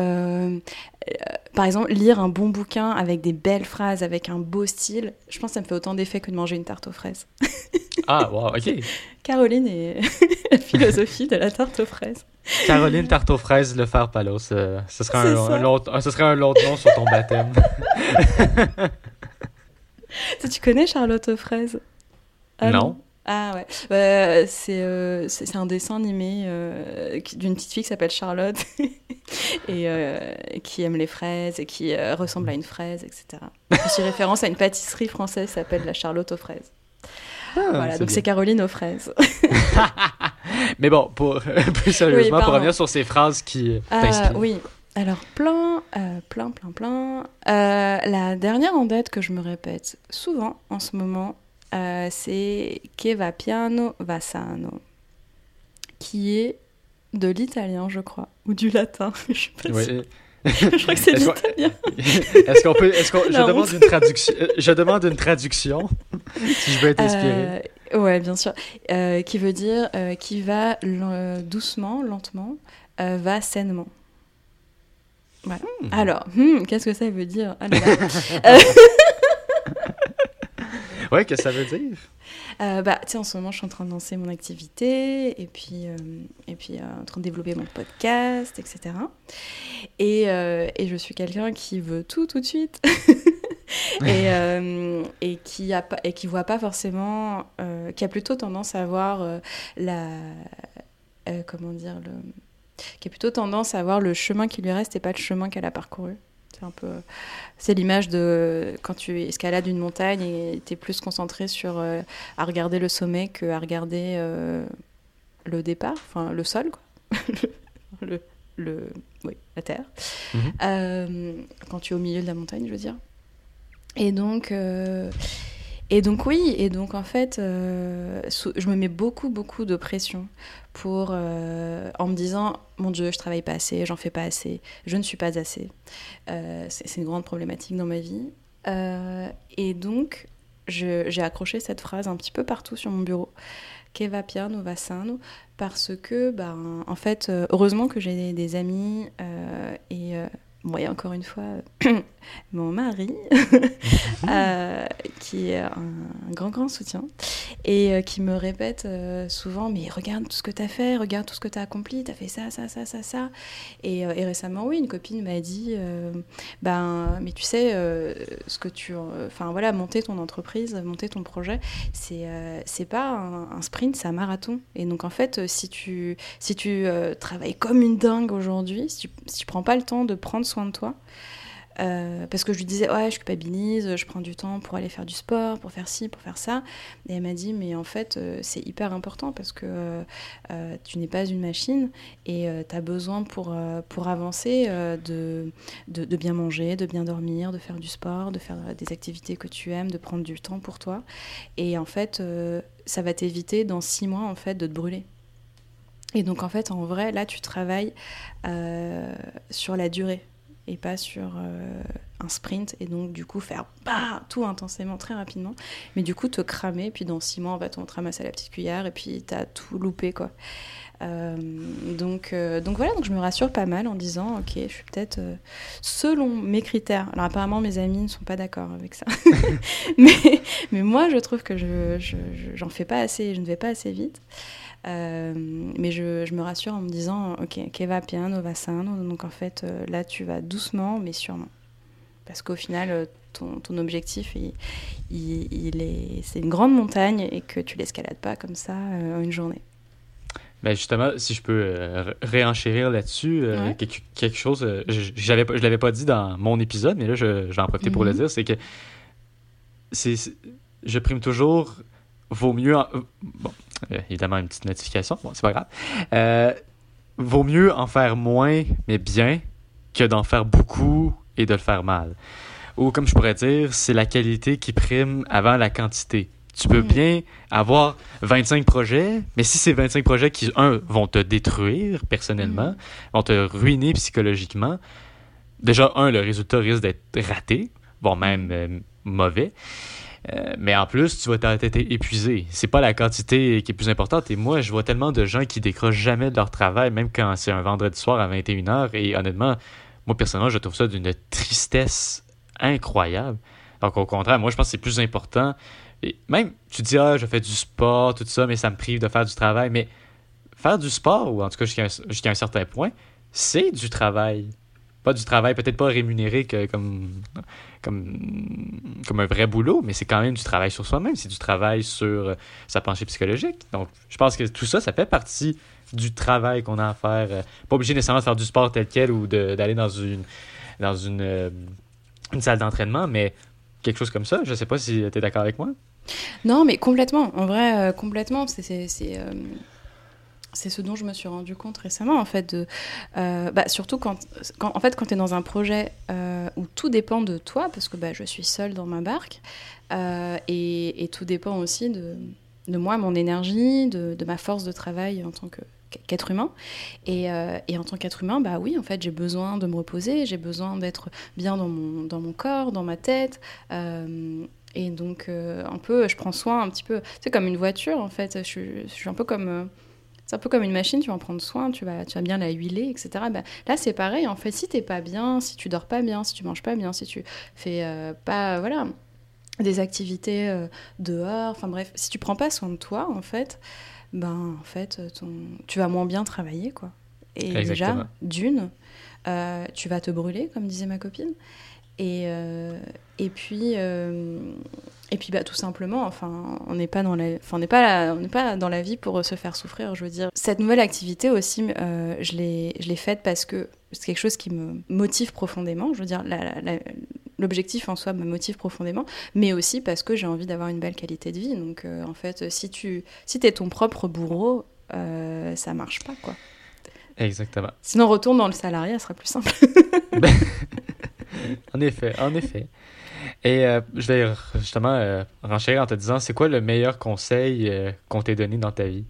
lire un bon bouquin avec des belles phrases, avec un beau style, je pense que ça me fait autant d'effet que de manger une tarte aux fraises. Ah, wow, OK. Caroline et la philosophie de la tarte aux fraises. Caroline tarte aux fraises, le fer palos. Ce serait un long nom sur ton baptême. Tu connais Charlotte aux fraises? Non. Ah ouais, c'est un dessin animé d'une petite fille qui s'appelle Charlotte et qui aime les fraises et qui ressemble à une fraise, etc. Je fais référence à une pâtisserie française qui s'appelle la Charlotte aux fraises. Voilà, donc bien. C'est Caroline aux fraises. Mais bon, plus sérieusement, pour revenir sur ces phrases qui t'inspirent. Oui, alors plein. La dernière en date que je me répète souvent en ce moment, c'est Che va piano va sano, qui est de l'italien, je crois, ou du latin, je sais pas si... Je crois que c'est l'italien. Je demande une traduction, si je veux être inspiré. Ouais, bien sûr. Qui veut dire qui va doucement, lentement, va sainement. Ouais. Alors, qu'est-ce que ça veut dire? Ouais, qu'est-ce que ça veut dire? En ce moment, je suis en train de lancer mon activité et puis en train de développer mon podcast, etc. Et je suis quelqu'un qui veut tout de suite et qui voit pas forcément, qui a plutôt tendance à voir qui a plutôt tendance à voir le chemin qui lui reste et pas le chemin qu'elle a parcouru. C'est l'image de quand tu escalades une montagne et tu es plus concentré sur à regarder le sommet qu'à regarder le départ, enfin le sol, quoi. Oui, la terre. Quand tu es au milieu de la montagne, je veux dire. Et donc en fait, je me mets beaucoup de pression en me disant, mon Dieu, je travaille pas assez, j'en fais pas assez, je ne suis pas assez. C'est une grande problématique dans ma vie. Et donc, j'ai accroché cette phrase un petit peu partout sur mon bureau, Che va piano va sano, parce que, en fait, heureusement que j'ai des amis et encore une fois, mon mari, qui est un grand soutien, et qui me répète souvent, mais regarde tout ce que tu as fait, regarde tout ce que tu as accompli, tu as fait ça. Et récemment, oui, une copine m'a dit, mais tu sais, monter ton entreprise, monter ton projet, c'est pas un sprint, c'est un marathon. Et donc, en fait, si tu travailles comme une dingue aujourd'hui, si tu prends pas le temps de prendre soin de toi, parce que je lui disais, ouais, je culpabilise, je prends du temps pour aller faire du sport, pour faire ci, pour faire ça. Et elle m'a dit, mais en fait, c'est hyper important parce que tu n'es pas une machine et tu as besoin pour avancer de bien manger, de bien dormir, de faire du sport, de faire des activités que tu aimes, de prendre du temps pour toi. Et en fait, ça va t'éviter dans 6 mois, en fait, de te brûler. Et donc, en fait, en vrai, là, tu travailles sur la durée et pas sur un sprint, et donc du coup faire tout intensément très rapidement, mais du coup te cramer, puis dans 6 mois en fait on te ramasse à la petite cuillère et puis t'as tout loupé, quoi. Donc voilà, donc je me rassure pas mal en disant ok, je suis peut-être selon mes critères, alors apparemment mes amis ne sont pas d'accord avec ça mais moi je trouve que j'en fais pas assez, je ne vais pas assez vite. Mais je me rassure en me disant ok, che va piano va sano, donc en fait là tu vas doucement mais sûrement, parce qu'au final ton objectif, c'est une grande montagne et que tu l'escalades pas comme ça en une journée. Ben justement, si je peux réenchérir là-dessus, Ouais. quelque chose, je l'avais pas dit dans mon épisode, mais là, je vais en profiter pour le dire, c'est que je prime toujours, vaut mieux, bon, évidemment une petite notification, bon, c'est pas grave, vaut mieux en faire moins, mais bien, que d'en faire beaucoup et de le faire mal. Ou comme je pourrais dire, c'est la qualité qui prime avant la quantité. Tu peux bien avoir 25 projets, mais si c'est 25 projets qui, vont te détruire personnellement, vont te ruiner psychologiquement, déjà, le résultat risque d'être raté, voire même mauvais. Mais en plus, tu vas t'être épuisé. C'est pas la quantité qui est plus importante. Et moi, je vois tellement de gens qui décrochent jamais de leur travail, même quand c'est un vendredi soir à 21h. Et honnêtement, moi, personnellement, je trouve ça d'une tristesse incroyable. Donc, au contraire, moi, je pense que c'est plus important. Et même, tu dis, je fais du sport, tout ça, mais ça me prive de faire du travail. Mais faire du sport, ou en tout cas jusqu'à un certain point, c'est du travail. Pas du travail, peut-être pas rémunéré comme un vrai boulot, mais c'est quand même du travail sur soi-même. C'est du travail sur sa pensée psychologique. Donc, je pense que tout ça, ça fait partie du travail qu'on a à faire. Pas obligé nécessairement de faire du sport tel quel ou d'aller dans une salle d'entraînement, mais quelque chose comme ça. Je sais pas si tu es d'accord avec moi. Non, mais complètement. En vrai, complètement. C'est ce dont je me suis rendu compte récemment, en fait. Surtout quand tu es dans un projet où tout dépend de toi, parce que je suis seule dans ma barque, et tout dépend aussi de moi, mon énergie, de ma force de travail en tant qu'être humain. Et en tant qu'être humain, oui, en fait, j'ai besoin de me reposer, j'ai besoin d'être bien dans mon corps, dans ma tête. Et donc, je prends soin un petit peu... C'est comme une voiture, en fait. Je suis un peu comme... c'est un peu comme une machine, tu vas en prendre soin, tu vas bien la huiler, etc. Là, c'est pareil, en fait. Si t'es pas bien, si tu dors pas bien, si tu manges pas bien, si tu fais pas... des activités dehors, enfin bref, si tu prends pas soin de toi, en fait, tu vas moins bien travailler, quoi. Et Exactement. déjà, tu vas te brûler, comme disait ma copine. Et puis tout simplement, on n'est pas dans la vie pour se faire souffrir, je veux dire. Cette nouvelle activité aussi, je l'ai faite parce que c'est quelque chose qui me motive profondément, je veux dire, l'objectif en soi me motive profondément, mais aussi parce que j'ai envie d'avoir une belle qualité de vie. Donc en fait, si t'es ton propre bourreau, ça marche pas, quoi. Exactement. Sinon, retourne dans le salariat, ce sera plus simple. En effet. Et je vais justement renchérir en te disant, c'est quoi le meilleur conseil qu'on t'ait donné dans ta vie?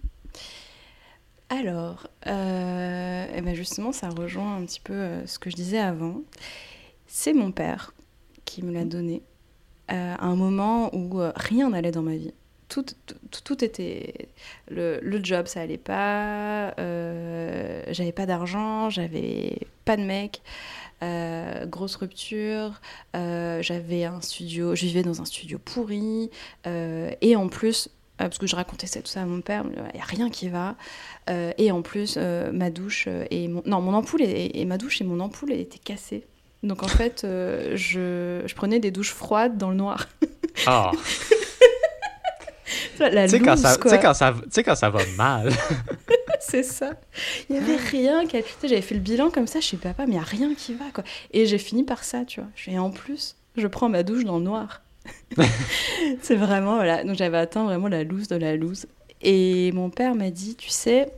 Alors, justement, ça rejoint un petit peu ce que je disais avant. C'est mon père qui me l'a donné à un moment où rien n'allait dans ma vie. Tout était... Le job, ça allait pas. J'avais pas d'argent, j'avais pas de mec. Grosse rupture. J'avais un studio... Je vivais dans un studio pourri. Et en plus... parce que je racontais tout ça à mon père, il n'y a rien qui va. Et en plus, ma douche mon ampoule et ma douche et mon ampoule étaient cassées. Donc en fait, je prenais des douches froides dans le noir. Ah! Tu sais quand ça va mal. C'est ça. Il n'y avait rien. Tu sais, j'avais fait le bilan comme ça, je sais papa, mais il n'y a rien qui va, quoi. Et j'ai fini par ça, tu vois. Et en plus, je prends ma douche dans le noir. C'est vraiment, voilà. Donc j'avais atteint vraiment la loose de la loose. Et mon père m'a dit, tu sais,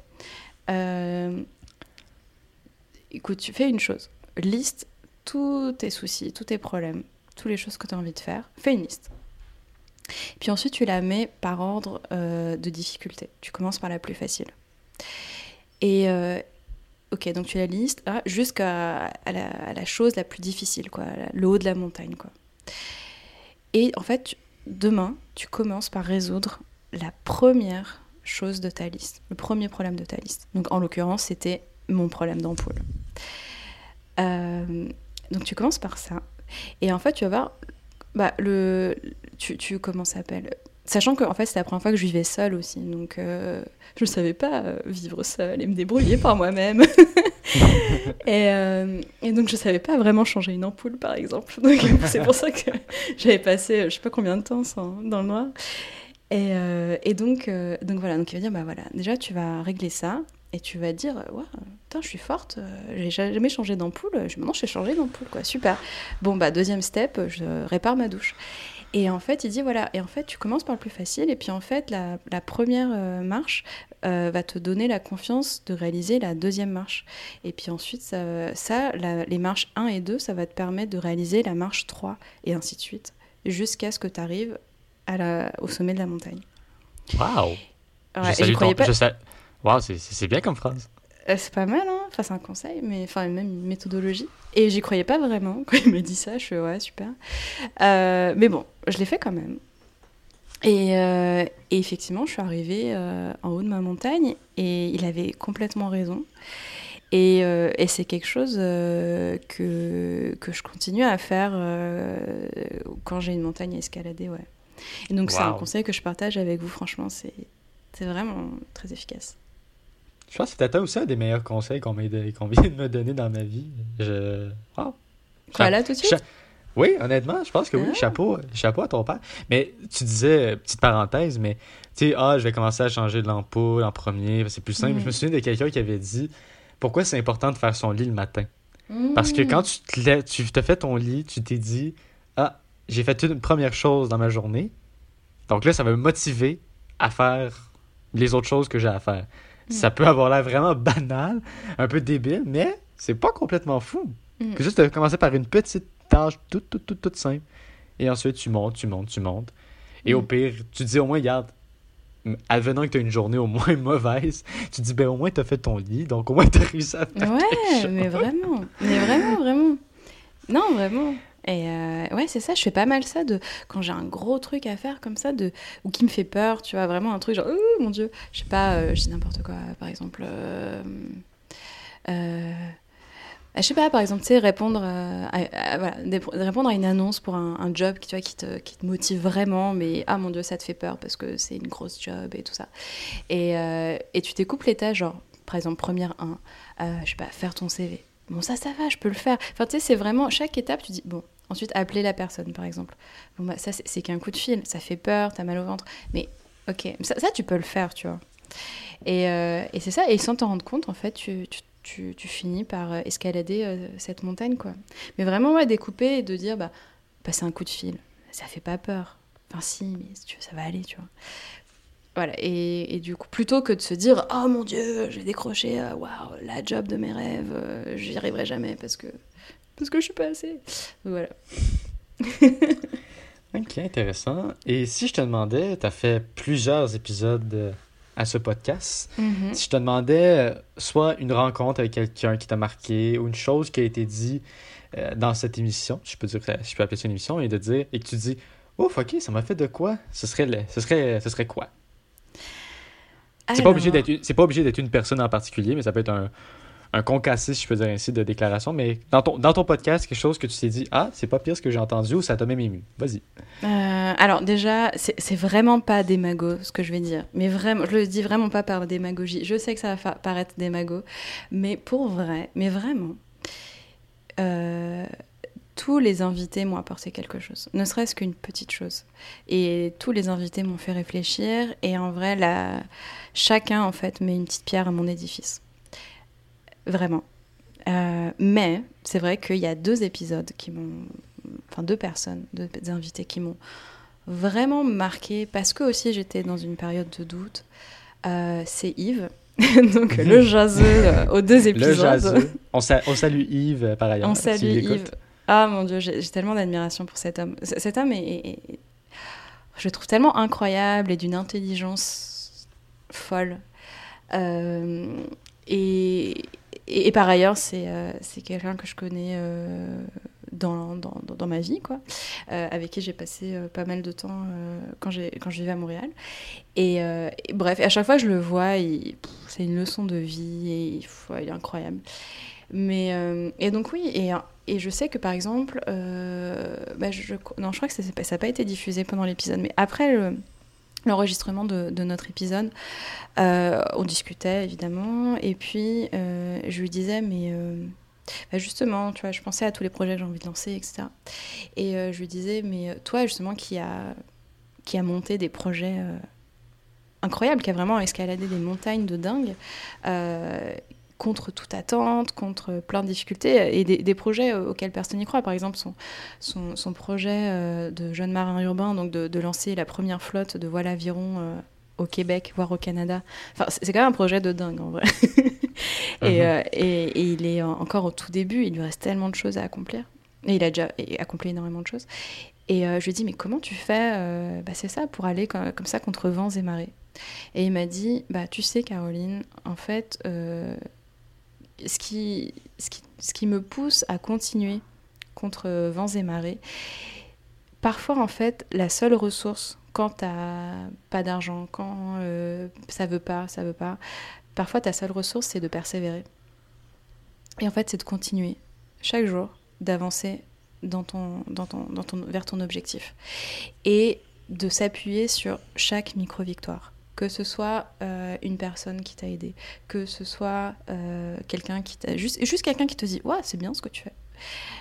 écoute, tu fais une chose. Liste tous tes soucis, tous tes problèmes, toutes les choses que tu as envie de faire. Fais une liste. Puis ensuite, tu la mets par ordre de difficulté. Tu commences par la plus facile. Et ok, donc tu la listes jusqu'à la chose la plus difficile, quoi, le haut de la montagne, quoi. Et en fait, demain, tu commences par résoudre la première chose de ta liste, le premier problème de ta liste. Donc en l'occurrence, c'était mon problème d'ampoule. Donc tu commences par ça. Et en fait, tu vas voir, comment ça s'appelle ? Sachant que en fait, c'était la première fois que je vivais seule aussi. Donc je ne savais pas vivre seule et me débrouiller par moi-même. Et donc, je savais pas vraiment changer une ampoule, par exemple. Donc, c'est pour ça que j'avais passé, je sais pas combien de temps dans le noir. Et donc voilà, donc il va dire, bah voilà, déjà, tu vas régler ça. Et tu vas dire, ouais, putain, je suis forte, j'ai jamais changé d'ampoule, maintenant je sais changer d'ampoule, quoi, super. Bon, bah, deuxième step, je répare ma douche. Et en fait, il dit, voilà, et en fait, tu commences par le plus facile, et puis en fait, la première marche va te donner la confiance de réaliser la deuxième marche. Et puis ensuite, les marches 1 et 2, ça va te permettre de réaliser la marche 3, et ainsi de suite, jusqu'à ce que tu arrives au sommet de la montagne. Waouh! Ouais, j'y croyais pas. Wow, c'est bien comme phrase. C'est pas mal, hein. Enfin, c'est un conseil, mais enfin, même une méthodologie. Et j'y croyais pas vraiment. Quand il m'a dit ça, je suis ouais, super. Mais bon, je l'ai fait quand même. Et effectivement, je suis arrivée en haut de ma montagne et il avait complètement raison. Et c'est quelque chose que je continue à faire quand j'ai une montagne à escalader, ouais. Et donc, c'est un conseil que je partage avec vous, franchement, c'est vraiment très efficace. Je pense que c'était aussi un des meilleurs conseils qu'on vient de me donner dans ma vie. Quoi, là, tout de suite? Oui, honnêtement, je pense que oui. Chapeau à ton père. Mais tu disais, petite parenthèse, mais tu sais, je vais commencer à changer de l'ampoule en premier, c'est plus simple. Je me souviens de quelqu'un qui avait dit, pourquoi c'est important de faire son lit le matin? Parce que quand tu te fais ton lit, tu t'es dit, j'ai fait une première chose dans ma journée, donc là, ça va me motiver à faire les autres choses que j'ai à faire. Ça peut avoir l'air vraiment banal, un peu débile, mais c'est pas complètement fou. Que juste de commencer par une petite tâche toute simple. Et ensuite, tu montes. Et au pire, tu te dis au moins, regarde, advenant que tu as une journée au moins mauvaise, tu te dis, ben au moins, tu as fait ton lit, donc au moins, tu as réussi à faire quelque chose. Mais vraiment. Non, vraiment. Et ouais, c'est ça, je fais pas mal ça quand j'ai un gros truc à faire comme ça ou qui me fait peur, tu vois, vraiment un truc genre oh mon Dieu, je sais pas, je dis n'importe quoi, par exemple je sais pas, par exemple, tu sais, répondre à une annonce pour un job qui te motive vraiment, mais mon Dieu, ça te fait peur parce que c'est une grosse job et tout ça. Et tu découpes les tâches, genre, par exemple, première 1, je sais pas, faire ton CV. Bon, ça va, je peux le faire. Enfin, tu sais, c'est vraiment, chaque étape, tu dis, bon, ensuite, appeler la personne, par exemple. Bon, bah, ça, c'est qu'un coup de fil, ça fait peur, t'as mal au ventre. Mais, ok, ça tu peux le faire, tu vois. Et c'est ça, et sans t'en rendre compte, en fait, tu finis par escalader cette montagne, quoi. Mais vraiment, ouais, découper et de dire, bah c'est un coup de fil, ça fait pas peur. Enfin, si, mais si tu veux, ça va aller, tu vois. Voilà, et du coup, plutôt que de se dire « Oh mon Dieu, j'ai décroché, waouh, la job de mes rêves, j'y arriverai jamais parce que je suis pas assez. » Voilà. Ok, intéressant. Et si je te demandais, tu as fait plusieurs épisodes à ce podcast, si je te demandais soit une rencontre avec quelqu'un qui t'a marqué ou une chose qui a été dit dans cette émission, je peux appeler ça une émission, et que tu dis « Ouf, ok, ça m'a fait de quoi? Ce serait quoi? » C'est pas obligé d'être une personne en particulier, mais ça peut être un concassé, si je peux dire ainsi, de déclaration. Mais dans ton podcast, quelque chose que tu t'es dit, c'est pas pire ce que j'ai entendu ou ça t'a même ému. Vas-y. Alors déjà, c'est vraiment pas démago ce que je vais dire. Mais vraiment, je le dis vraiment pas par démagogie. Je sais que ça va paraître démago, mais pour vrai, mais vraiment, tous les invités m'ont apporté quelque chose, ne serait-ce qu'une petite chose. Et tous les invités m'ont fait réfléchir. Et en vrai, chacun, en fait, met une petite pierre à mon édifice. Vraiment. Mais c'est vrai qu'il y a 2 épisodes deux personnes, 2 invités qui m'ont vraiment marqué, parce que aussi j'étais dans une période de doute. C'est Yves. Donc le jaseux aux 2 épisodes. Le jaseux. On salue Yves par ailleurs. On salue Yves. Ah mon Dieu, j'ai tellement d'admiration pour cet homme. Cet homme je le trouve tellement incroyable et d'une intelligence folle. Et par ailleurs, c'est quelqu'un que je connais dans ma vie, quoi, avec qui j'ai passé pas mal de temps quand je vivais à Montréal. Et bref, à chaque fois que je le vois, c'est une leçon de vie et il est incroyable. Mais, et donc oui, et je sais que par exemple, je crois que ça n'a pas été diffusé pendant l'épisode, mais après l'enregistrement de notre épisode. On discutait évidemment, et puis je lui disais, mais justement, tu vois, je pensais à tous les projets que j'ai envie de lancer, etc. Et je lui disais, mais toi, justement, qui a monté des projets incroyables, qui a vraiment escaladé des montagnes de dingue, contre toute attente, contre plein de difficultés, et des projets auxquels personne n'y croit. Par exemple, son projet de jeune marin urbain, donc de lancer la première flotte de voile aviron au Québec, voire au Canada. Enfin, c'est quand même un projet de dingue, en vrai. Et il est encore au tout début, il lui reste tellement de choses à accomplir. Et il a déjà accompli énormément de choses. Et je lui ai dit, mais comment tu fais c'est ça, pour aller comme ça contre vents et marées. Et il m'a dit, tu sais, Caroline, en fait, ce qui me pousse à continuer contre vents et marées, parfois, en fait, la seule ressource, quand t'as pas d'argent, quand ça veut pas, parfois ta seule ressource, c'est de persévérer. Et en fait, c'est de continuer chaque jour, d'avancer vers ton objectif. Et de s'appuyer sur chaque micro-victoire. Que ce soit une personne qui t'a aidé, que ce soit quelqu'un qui t'a... Juste quelqu'un qui te dit « Ouais, c'est bien ce que tu fais ».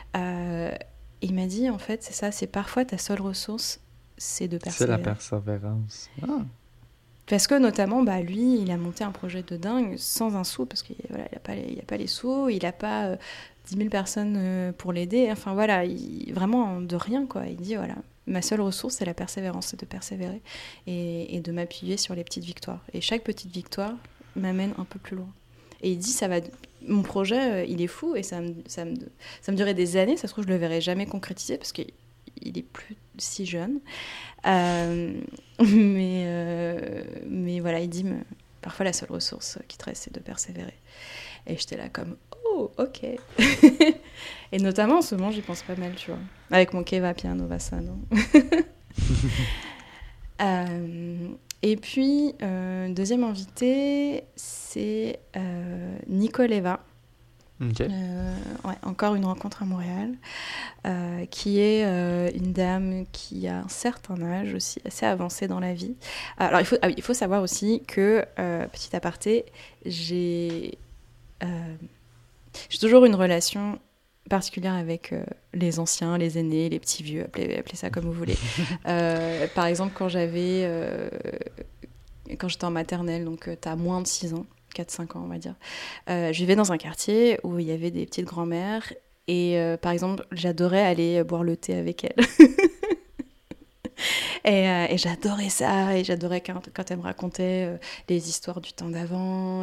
Il m'a dit, en fait, c'est ça, c'est parfois ta seule ressource, c'est de persévérer. C'est la persévérance. Ah. Parce que notamment, lui, il a monté un projet de dingue sans un sou, parce qu'il n'a pas les sous, il n'a pas 10 000 personnes pour l'aider. Enfin voilà, vraiment de rien, quoi. Il dit, voilà, ma seule ressource, c'est la persévérance, c'est de persévérer et de m'appuyer sur les petites victoires. Et chaque petite victoire m'amène un peu plus loin. Et il dit, mon projet, il est fou, et ça me durait des années. Ça se trouve, je le verrai jamais concrétiser, parce qu'il est plus si jeune. Mais voilà, il dit, parfois la seule ressource qui te reste, c'est de persévérer. Et j'étais là comme, oh, ok. Et notamment, en ce moment, j'y pense pas mal, tu vois. Avec mon Keva Piano Vassano. Et puis, deuxième invité, c'est Nicole Eva. Okay. Encore une rencontre à Montréal, qui est une dame qui a un certain âge aussi, assez avancé dans la vie. Alors, il faut savoir aussi que, petit aparté, j'ai toujours une relation particulière avec les anciens, les aînés, les petits vieux, appelez ça comme vous voulez. Par exemple, quand j'étais en maternelle, donc t'as moins de 6 ans, 4-5 ans on va dire, je vivais dans un quartier où il y avait des petites grand-mères et par exemple j'adorais aller boire le thé avec elles. Et j'adorais ça, et j'adorais quand elle me racontait les histoires du temps d'avant,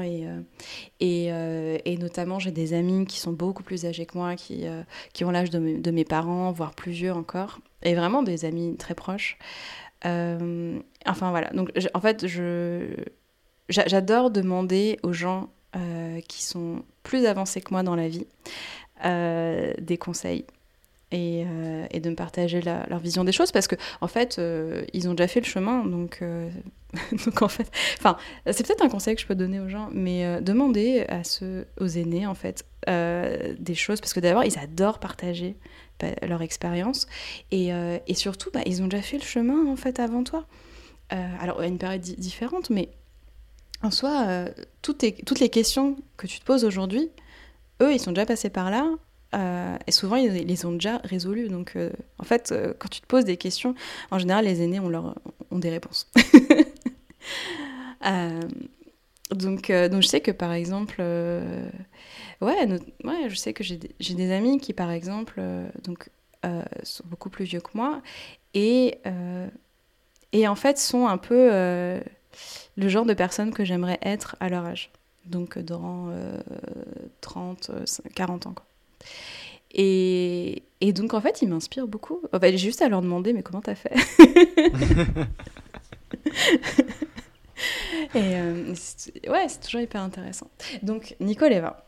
et notamment j'ai des amis qui sont beaucoup plus âgés que moi, qui ont l'âge de mes parents, voire plus vieux encore, et vraiment des amis très proches. Enfin voilà, donc en fait j'adore demander aux gens qui sont plus avancés que moi dans la vie des conseils. Et de me partager leur vision des choses, parce que en fait ils ont déjà fait le chemin, donc en fait, enfin c'est peut-être un conseil que je peux donner aux gens, mais demander aux aînés en fait des choses, parce que d'abord ils adorent partager leur expérience, et surtout ils ont déjà fait le chemin en fait avant toi, alors à une période différente, mais en soi toutes les questions que tu te poses aujourd'hui, eux ils sont déjà passés par là. Et souvent ils les ont déjà résolus, donc en fait quand tu te poses des questions, en général les aînés ont des réponses. Donc je sais que par exemple je sais que j'ai des amis qui par exemple sont beaucoup plus vieux que moi, et en fait sont un peu le genre de personnes que j'aimerais être à leur âge, donc dans 30, 40 ans quoi. Et donc en fait ils m'inspirent beaucoup. En fait, j'ai juste à leur demander, mais comment t'as fait? Et c'est toujours hyper intéressant. Donc Nicole Eva,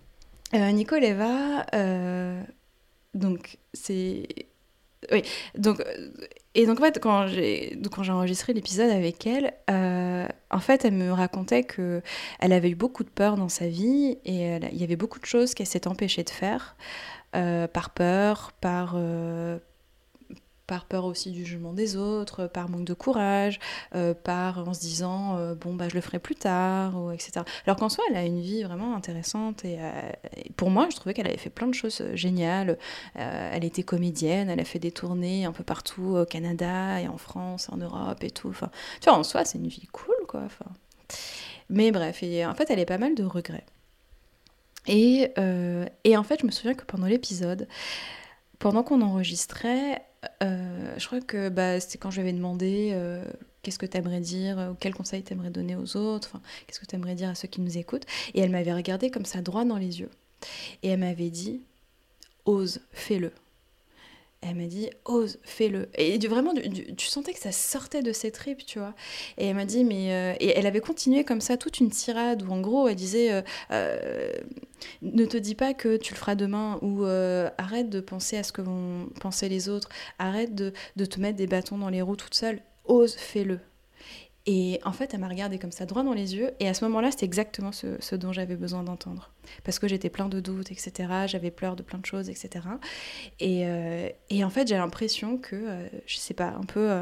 donc c'est donc en fait quand j'ai enregistré l'épisode avec elle, en fait elle me racontait que elle avait eu beaucoup de peur dans sa vie, et il y avait beaucoup de choses qu'elle s'est empêchée de faire par peur, par par peur aussi du jugement des autres, par manque de courage, par en se disant bon bah je le ferai plus tard, ou etc. Alors qu'en soi elle a une vie vraiment intéressante et pour moi je trouvais qu'elle avait fait plein de choses géniales. Elle était comédienne, elle a fait des tournées un peu partout au Canada et en France, en Europe et tout. Enfin, tu vois, en soi c'est une vie cool quoi. Enfin, mais bref, et en fait elle a pas mal de regrets. Et en fait je me souviens que pendant l'épisode, pendant qu'on enregistrait, je crois que c'était quand je lui avais demandé qu'est-ce que tu aimerais dire, ou quel conseil tu aimerais donner aux autres, enfin, qu'est-ce que tu aimerais dire à ceux qui nous écoutent. Et elle m'avait regardé comme ça, droit dans les yeux. Et elle m'avait dit, ose, fais-le. Elle m'a dit, ose, fais-le. Et vraiment, tu sentais que ça sortait de ses tripes, tu vois. Et elle m'a dit, mais... et elle avait continué comme ça, toute une tirade où, en gros, elle disait, ne te dis pas que tu le feras demain, ou arrête de penser à ce que vont penser les autres, arrête de te mettre des bâtons dans les roues toute seule, ose, fais-le. Et en fait, elle m'a regardée comme ça, droit dans les yeux. Et à ce moment-là, c'était exactement ce dont j'avais besoin d'entendre. Parce que j'étais plein de doutes, etc. J'avais peur de plein de choses, etc. Et en fait, j'ai l'impression que, je sais pas, un peu...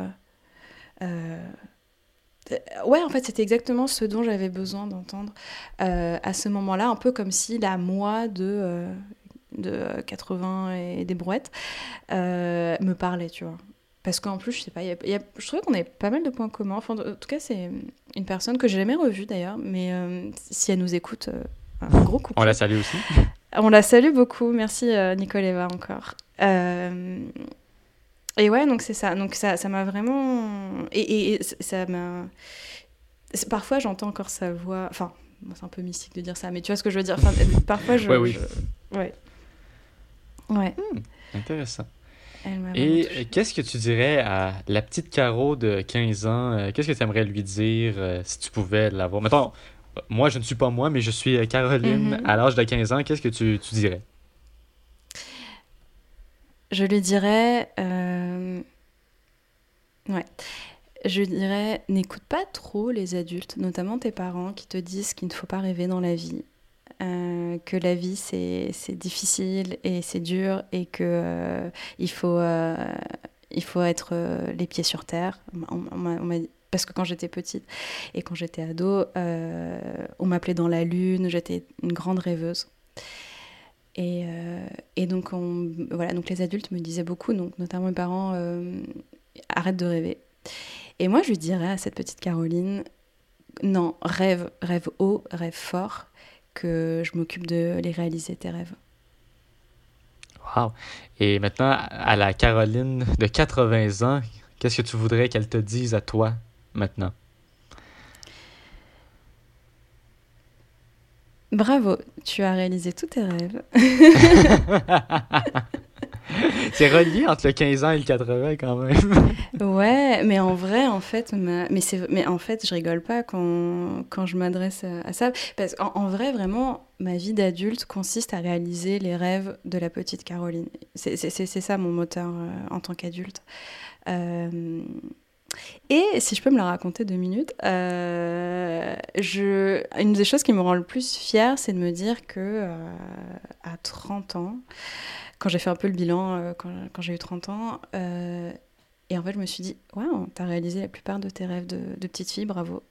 ouais, en fait, c'était exactement ce dont j'avais besoin d'entendre à ce moment-là. Un peu comme si la moi de 80 et des brouettes me parlait, tu vois. Parce qu'en plus, je sais pas, je trouvais qu'on avait pas mal de points communs. Enfin, en tout cas, c'est une personne que j'ai jamais revue d'ailleurs, mais si elle nous écoute, un gros coucou. On la salue aussi. On la salue beaucoup. Merci Nicole Eva encore. Et ouais, donc c'est ça. Donc ça m'a vraiment... Et ça m'a... Parfois, j'entends encore sa voix... Enfin, c'est un peu mystique de dire ça, mais tu vois ce que je veux dire. Enfin, parfois, oui. Ouais. Ouais. Intéressant. Et qu'est-ce que tu dirais à la petite Caro de 15 ans? Qu'est-ce que tu aimerais lui dire si tu pouvais l'avoir? Mettons, moi, je ne suis pas moi, mais je suis Caroline à l'âge de 15 ans. Qu'est-ce que tu dirais? Je lui dirais... Ouais. Je lui dirais, n'écoute pas trop les adultes, notamment tes parents, qui te disent qu'il ne faut pas rêver dans la vie. Que la vie c'est difficile et c'est dur et que il faut être les pieds sur terre. Parce que quand j'étais petite et quand j'étais ado, on m'appelait dans la lune, j'étais une grande rêveuse. Et donc, voilà, donc les adultes me disaient beaucoup, donc notamment mes parents, arrête de rêver. Et moi je lui dirais à cette petite Caroline, non, rêve haut, rêve fort, que je m'occupe de les réaliser, tes rêves. Wow. Et maintenant, à la Caroline de 80 ans, qu'est-ce que tu voudrais qu'elle te dise à toi, maintenant? Bravo, tu as réalisé tous tes rêves. C'est relié entre le 15 ans et le 80 quand même. Ouais, mais en vrai, en fait, mais en fait, je rigole pas quand je m'adresse à ça, parce qu'en vrai, vraiment, ma vie d'adulte consiste à réaliser les rêves de la petite Caroline. C'est ça mon moteur en tant qu'adulte. Et si je peux me la raconter 2 minutes, une des choses qui me rend le plus fière, c'est de me dire que à 30 ans, quand j'ai fait un peu le bilan, quand j'ai eu 30 ans, et en fait je me suis dit, waouh, t'as réalisé la plupart de tes rêves de petite fille, bravo.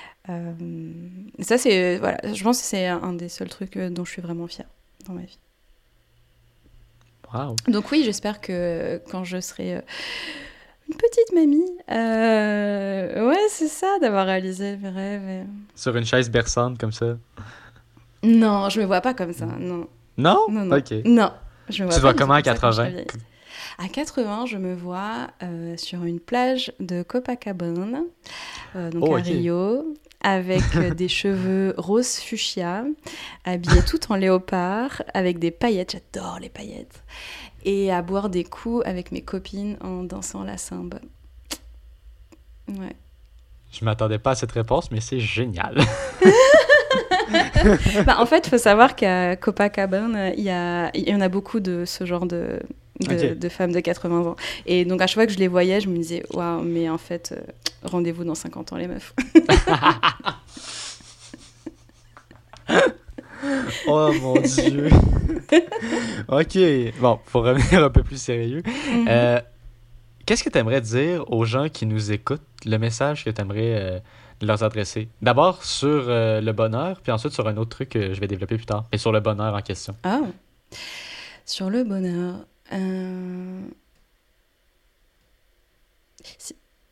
Ça c'est, voilà, je pense que c'est un des seuls trucs dont je suis vraiment fière dans ma vie. Wow. Donc oui, j'espère que quand je serai... une petite mamie. Ouais, c'est ça, d'avoir réalisé mes rêves. Sur une chaise berçante comme ça? Non, je me vois pas comme ça, non. Non? Non. Ok. Non, je me vois tu te pas vois comment à comme ça 80? À 80, je me vois sur une plage de Copacabana, donc à Rio, avec des cheveux rose fuchsia, habillée tout en léopard, avec des paillettes, j'adore les paillettes, et à boire des coups avec mes copines en dansant la samba. Ouais. Je m'attendais pas à cette réponse, mais c'est génial. En fait, il faut savoir qu'à Copacabana, il y en a beaucoup de ce genre de femmes de 80 ans. Et donc, à chaque fois que je les voyais, je me disais, waouh, mais en fait, rendez-vous dans 50 ans, les meufs. Oh mon Dieu. Ok, bon, pour revenir un peu plus sérieux. qu'est-ce que tu aimerais dire aux gens qui nous écoutent, le message que tu aimerais leur adresser? D'abord sur le bonheur, puis ensuite sur un autre truc que je vais développer plus tard, et sur le bonheur en question. Ah, sur le bonheur. Si,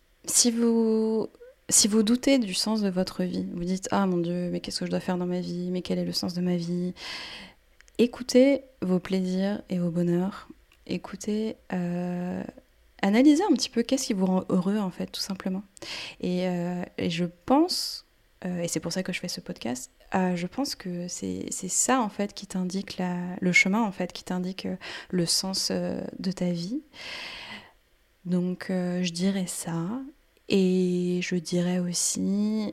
si vous doutez du sens de votre vie, vous dites ah mon Dieu, mais qu'est-ce que je dois faire dans ma vie? Mais quel est le sens de ma vie? Écoutez vos plaisirs et vos bonheurs. Écoutez, analysez un petit peu qu'est-ce qui vous rend heureux en fait, tout simplement. Et je pense, et c'est pour ça que je fais ce podcast, je pense que c'est ça en fait qui t'indique le chemin en fait, qui t'indique le sens de ta vie. Donc je dirais ça. Et je dirais aussi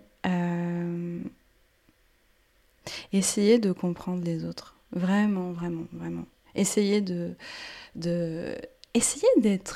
essayer de comprendre les autres. Vraiment, vraiment, vraiment. Essayez essayer d'être...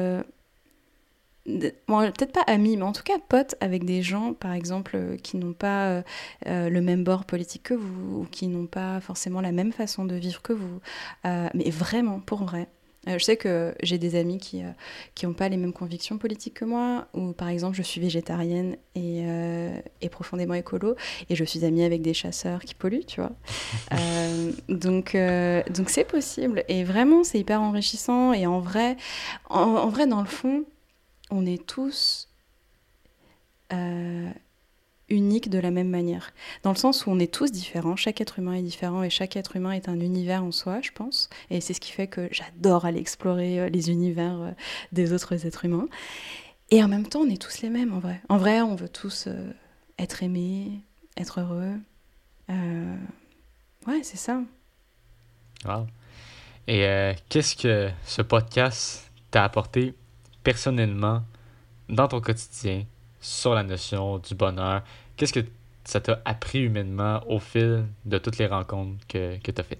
bon, peut-être pas amis, mais en tout cas potes avec des gens, par exemple, qui n'ont pas le même bord politique que vous, ou qui n'ont pas forcément la même façon de vivre que vous. Mais vraiment, pour vrai. Je sais que j'ai des amis qui n'ont pas les mêmes convictions politiques que moi, ou par exemple je suis végétarienne et profondément écolo, et je suis amie avec des chasseurs qui polluent, tu vois. Donc c'est possible, et vraiment c'est hyper enrichissant, et en vrai dans le fond, on est tous uniques de la même manière. Dans le sens où on est tous différents, chaque être humain est différent et chaque être humain est un univers en soi, je pense. Et c'est ce qui fait que j'adore aller explorer les univers des autres êtres humains. Et en même temps, on est tous les mêmes en vrai. En vrai, on veut tous être aimés, être heureux. Ouais, c'est ça. Wow. Et qu'est-ce que ce podcast t'a apporté personnellement dans ton quotidien sur la notion du bonheur? Qu'est-ce que ça t'a appris humainement au fil de toutes les rencontres que tu as faites?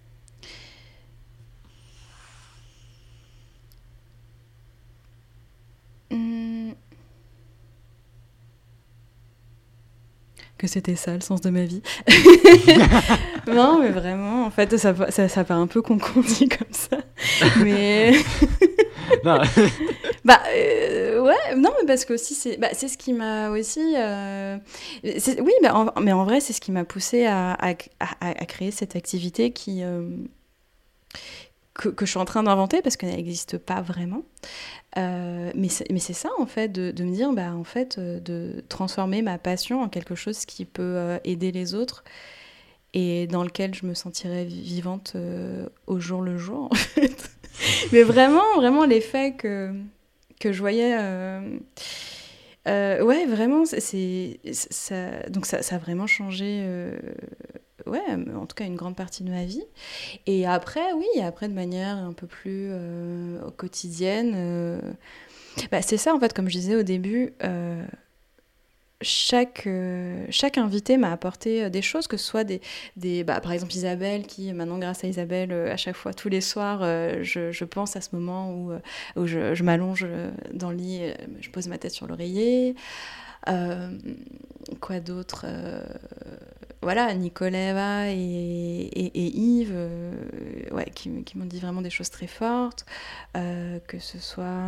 Que c'était ça le sens de ma vie. Non, mais vraiment, en fait, ça paraît un peu con dit comme ça. Mais... Non. Ouais, non, mais parce que aussi, c'est ce qui m'a aussi... oui, mais en vrai, c'est ce qui m'a poussée à créer cette activité que je suis en train d'inventer parce qu'elle n'existe pas vraiment. Mais c'est ça, en fait, de me dire, en fait, de transformer ma passion en quelque chose qui peut aider les autres et dans lequel je me sentirais vivante au jour le jour, en fait. Mais vraiment, vraiment, l'effet que je voyais... ouais, vraiment, donc ça a vraiment changé... ouais, en tout cas, une grande partie de ma vie. Et après, oui, après, de manière un peu plus quotidienne... c'est ça, en fait, comme je disais au début... Chaque invité m'a apporté des choses, que ce soit par exemple Isabelle, qui maintenant grâce à Isabelle, à chaque fois, tous les soirs, je pense à ce moment où je m'allonge dans le lit, je pose ma tête sur l'oreiller. Quoi d'autre, voilà, Nicoleva et Yves, ouais, qui m'ont dit vraiment des choses très fortes, que ce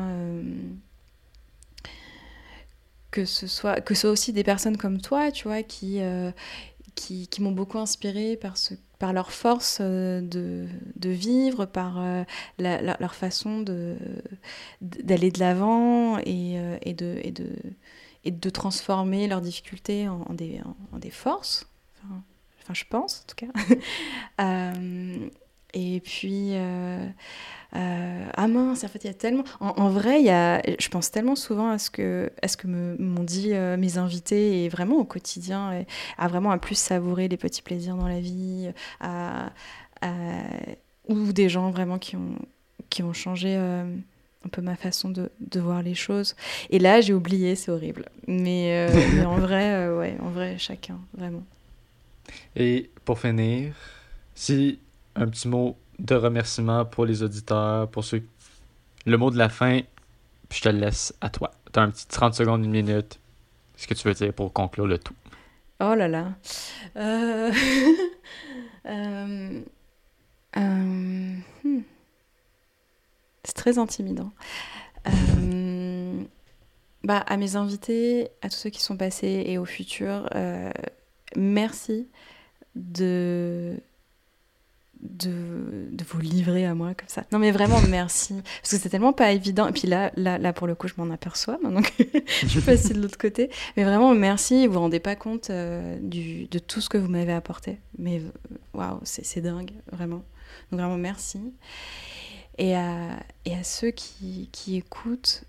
soit aussi des personnes comme toi, tu vois, qui m'ont beaucoup inspirée par leur force de vivre, par leur façon d'aller de l'avant et de transformer leurs difficultés en des forces. Enfin, je pense, en tout cas. Et puis... ah mince, en fait, il y a tellement... En vrai, je pense tellement souvent à ce que m'ont dit mes invités, et vraiment au quotidien, à vraiment à plus savourer les petits plaisirs dans la vie, ou des gens vraiment qui ont changé un peu ma façon de voir les choses. Et là, j'ai oublié, c'est horrible. Mais en vrai, ouais, en vrai, chacun, vraiment. Et pour finir, si un petit mot de remerciement pour les auditeurs, pour ceux... Le mot de la fin, puis je te le laisse à toi. Tu as un petit 30 secondes, une minute. Ce que tu veux dire pour conclure le tout. Oh là là. C'est très intimidant. À mes invités, à tous ceux qui sont passés et au futur, merci de vous livrer à moi comme ça. Non mais vraiment merci, parce que c'est tellement pas évident. Et puis là pour le coup je m'en aperçois maintenant que je suis passée de l'autre côté. Mais vraiment merci, vous vous rendez pas compte de tout ce que vous m'avez apporté. Mais waouh, c'est dingue, vraiment. Donc vraiment merci. Et à ceux qui écoutent,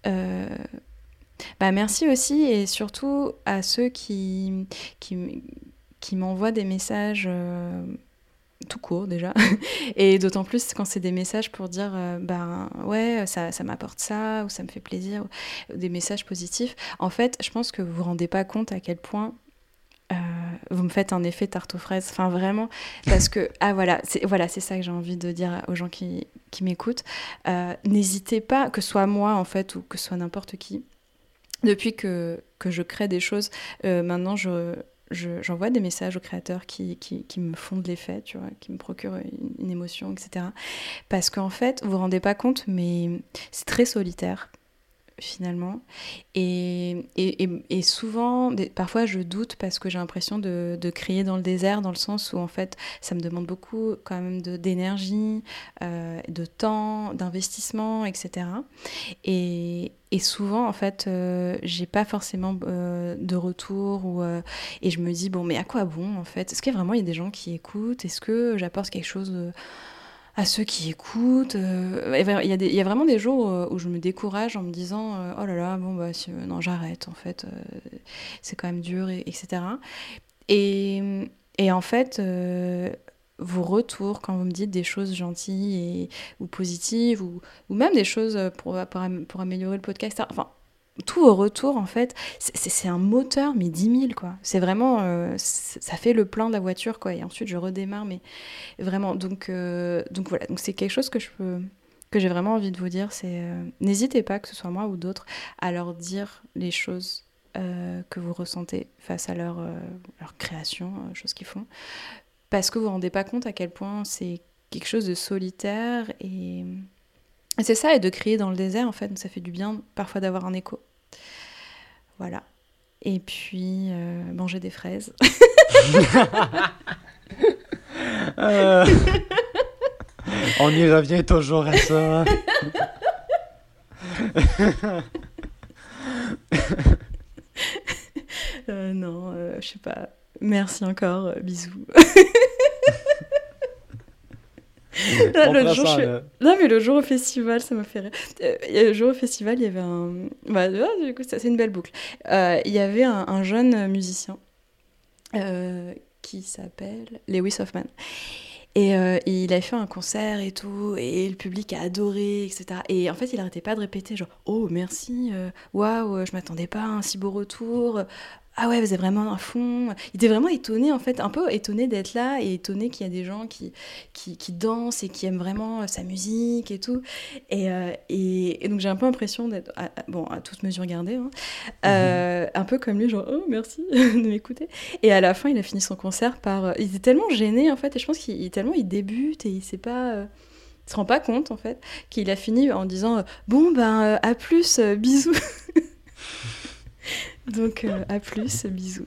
merci aussi, et surtout à ceux qui m'envoient des messages tout court déjà, et d'autant plus quand c'est des messages pour dire ouais, ça m'apporte ça, ou ça me fait plaisir, ou des messages positifs. En fait, je pense que vous vous rendez pas compte à quel point vous me faites un effet tarte aux fraises, enfin vraiment, parce que c'est ça que j'ai envie de dire aux gens qui m'écoutent. N'hésitez pas, que ce soit moi en fait, ou que ce soit n'importe qui, depuis que je crée des choses, maintenant j'envoie des messages aux créateurs qui me font de l'effet, tu vois, qui me procurent une émotion, etc. Parce qu'en fait, vous vous rendez pas compte, mais c'est très solitaire, finalement. Et souvent, parfois je doute parce que j'ai l'impression de crier dans le désert, dans le sens où en fait ça me demande beaucoup quand même d'énergie, de temps, d'investissement, etc. Et souvent en fait j'ai pas forcément de retour, et je me dis bon, mais à quoi bon en fait? Est-ce qu'il y a des gens qui écoutent? Est-ce que j'apporte quelque chose à ceux qui écoutent? Il y a vraiment des jours où je me décourage en me disant oh là là, bon non, j'arrête en fait, c'est quand même dur, etc. Et en fait vos retours, quand vous me dites des choses gentilles ou positives, ou même des choses pour améliorer le podcast, enfin tous vos retours en fait, c'est un moteur, mais 10 000 quoi. C'est vraiment ça fait le plein de la voiture quoi, et ensuite je redémarre, mais vraiment donc voilà, donc c'est quelque chose que j'ai vraiment envie de vous dire, c'est n'hésitez pas, que ce soit moi ou d'autres, à leur dire les choses que vous ressentez face à leur création, choses qu'ils font, parce que vous vous rendez pas compte à quel point c'est quelque chose de solitaire, et c'est ça, et de crier dans le désert en fait, donc ça fait du bien parfois d'avoir un écho. Voilà. Et puis manger des fraises. On y revient toujours à ça. Non, je sais pas. Merci encore, bisous. Le jour au festival, ça m'a fait rire. Le jour au festival, il y avait du coup, c'est une belle boucle. Il y avait un jeune musicien qui s'appelle Lewis Hoffman. Et il avait fait un concert et tout, et le public a adoré, etc. Et en fait, il arrêtait pas de répéter genre « Oh, merci, waouh, je m'attendais pas à un si beau retour. Ah ouais, vous êtes vraiment à fond. » Il était vraiment étonné, en fait, un peu étonné d'être là, et étonné qu'il y a des gens qui dansent et qui aiment vraiment sa musique et tout. Et donc, j'ai un peu l'impression d'être, à toute mesure gardée, un peu comme lui, genre « Oh, merci de m'écouter. » Et à la fin, il a fini son concert par... il était tellement gêné, en fait, et je pense qu'il débute, et il sait pas... il se rend pas compte, en fait, qu'il a fini en disant « Bon, à plus, bisous. » Donc, à plus, bisous.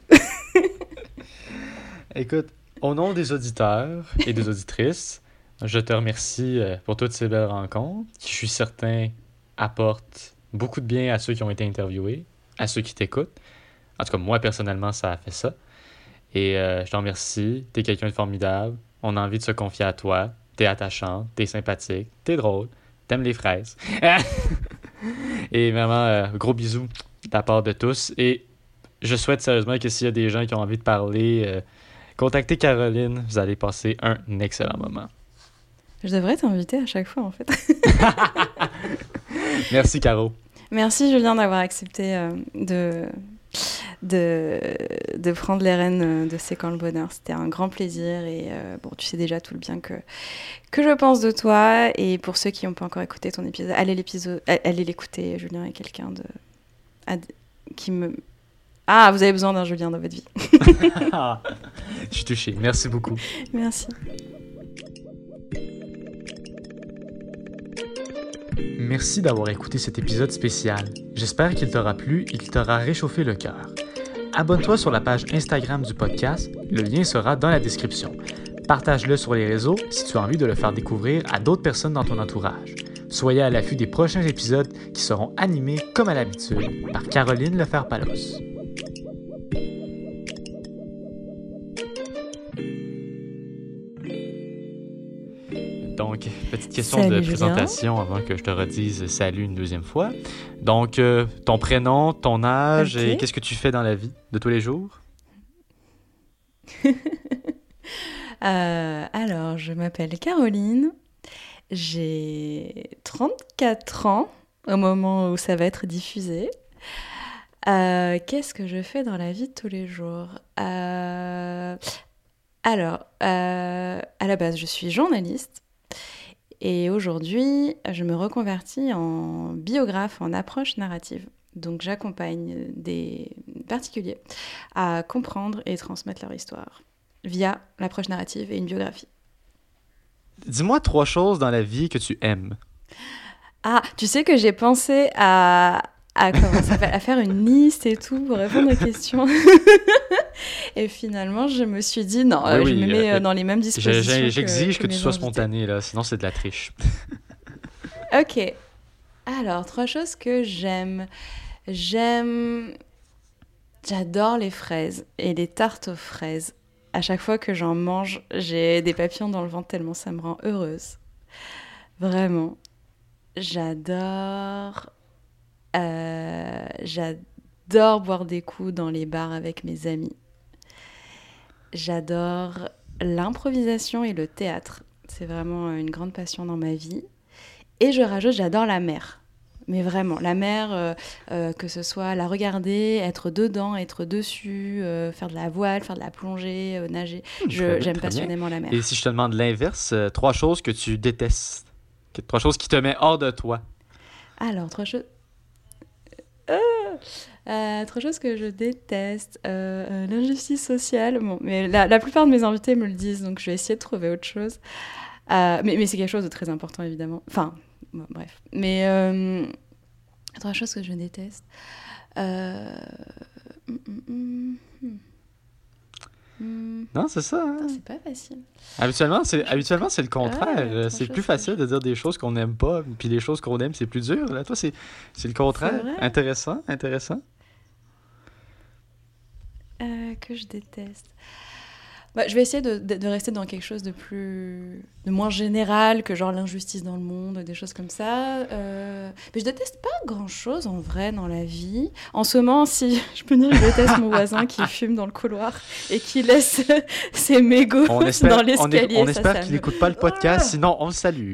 Écoute, au nom des auditeurs et des auditrices, je te remercie pour toutes ces belles rencontres qui, je suis certain, apportent beaucoup de bien à ceux qui ont été interviewés, à ceux qui t'écoutent. En tout cas, moi, personnellement, ça a fait ça. Et je te remercie. T'es quelqu'un de formidable. On a envie de se confier à toi. T'es attachante, t'es sympathique, t'es drôle, t'aimes les fraises. Et vraiment, gros bisous de la part de tous. Et je souhaite sérieusement que s'il y a des gens qui ont envie de parler, contactez Caroline. Vous allez passer un excellent moment. Je devrais t'inviter à chaque fois, en fait. Merci, Caro. Merci, Julien, d'avoir accepté de prendre les rênes de C'est quand le bonheur. C'était un grand plaisir, et tu sais déjà tout le bien que je pense de toi. Et pour ceux qui n'ont pas encore écouté ton épisode, allez l'écouter. Julien est quelqu'un qui me... Ah, vous avez besoin d'un Julien dans votre vie. Je suis touché. Merci beaucoup. Merci. Merci d'avoir écouté cet épisode spécial. J'espère qu'il t'aura plu et qu'il t'aura réchauffé le cœur. Abonne-toi sur la page Instagram du podcast, le lien sera dans la description. Partage-le sur les réseaux si tu as envie de le faire découvrir à d'autres personnes dans ton entourage. Soyez à l'affût des prochains épisodes qui seront animés comme à l'habitude par Caroline Lefer-Palos. Donc, petite question Salut, de Julien. présentation avant que je te redise salut une deuxième fois. Donc, ton prénom, ton âge Ok. et qu'est-ce que tu fais dans la vie de tous les jours? Alors, je m'appelle Caroline, j'ai 34 ans au moment où ça va être diffusé. Qu'est-ce que je fais dans la vie de tous les jours? Alors, à la base, je suis journaliste et aujourd'hui, je me reconvertis en biographe en approche narrative. Donc, j'accompagne des particuliers à comprendre et transmettre leur histoire via l'approche narrative et une biographie. Dis-moi 3 choses dans la vie que tu aimes. Ah, tu sais que j'ai pensé comment ça s'appelle, à faire une liste et tout pour répondre aux questions. Et finalement, je me suis dit, non, Oui, je oui, me mets dans les mêmes dispositions J'exige que tu mes sois invités. spontané, là, sinon c'est de la triche. Ok. Alors, 3 choses que j'aime. J'adore les fraises et les tartes aux fraises. À chaque fois que j'en mange, j'ai des papillons dans le ventre tellement ça me rend heureuse. Vraiment. J'adore boire des coups dans les bars avec mes amis. J'adore l'improvisation et le théâtre. C'est vraiment une grande passion dans ma vie. Et je rajoute, j'adore la mer. Mais vraiment, la mer, que ce soit la regarder, être dedans, être dessus, faire de la voile, faire de la plongée, nager. Très bien, J'aime très bien. passionnément la mer. Et si je te demande l'inverse, 3 choses que tu détestes. 3 choses qui te mettent hors de toi. Alors, 3 choses... 3 choses que je déteste. L'injustice sociale. Bon, mais la plupart de mes invités me le disent, donc je vais essayer de trouver autre chose. Mais c'est quelque chose de très important, évidemment. Enfin, bon, bref. Mais 3 choses que je déteste. Non, c'est ça. Hein? Putain, c'est pas facile. Habituellement, c'est le contraire. Ah, C'est 3 plus choses facile que de dire des choses qu'on n'aime pas, puis les choses qu'on aime, c'est plus dur. Là, toi, c'est le contraire. C'est vrai? Intéressant. Que je déteste. Bah, je vais essayer de rester dans quelque chose de moins général que genre l'injustice dans le monde, des choses comme ça. Mais je déteste pas grand-chose en vrai dans la vie. En ce moment, si je peux dire, je déteste mon voisin qui fume dans le couloir et qui laisse ses mégots On espère, dans l'escalier. on Ça, espère ça qu'il me- n'écoute pas le podcast, sinon on le salue.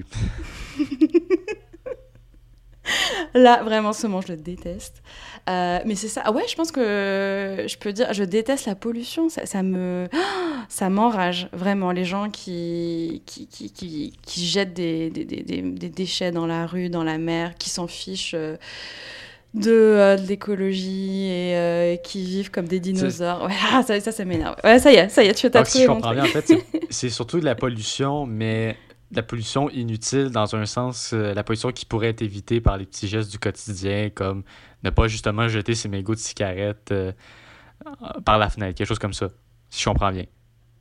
Là, vraiment, en ce moment, je le déteste. Mais c'est ça. Ah ouais, je pense que je peux dire, je déteste la pollution. Ça m'enrage vraiment. Les gens qui jettent des déchets dans la rue, dans la mer, qui s'en fichent de l'écologie et qui vivent comme des dinosaures. Ouais, ça m'énerve. Ouais, ça y est, tu t'as Donc, si trouvé je mon comprends truc. bien, en fait, c'est surtout de la pollution, mais de la pollution inutile dans un sens, la pollution qui pourrait être évitée par les petits gestes du quotidien, comme ne pas justement jeter ses mégots de cigarettes par la fenêtre, quelque chose comme ça, si je comprends bien.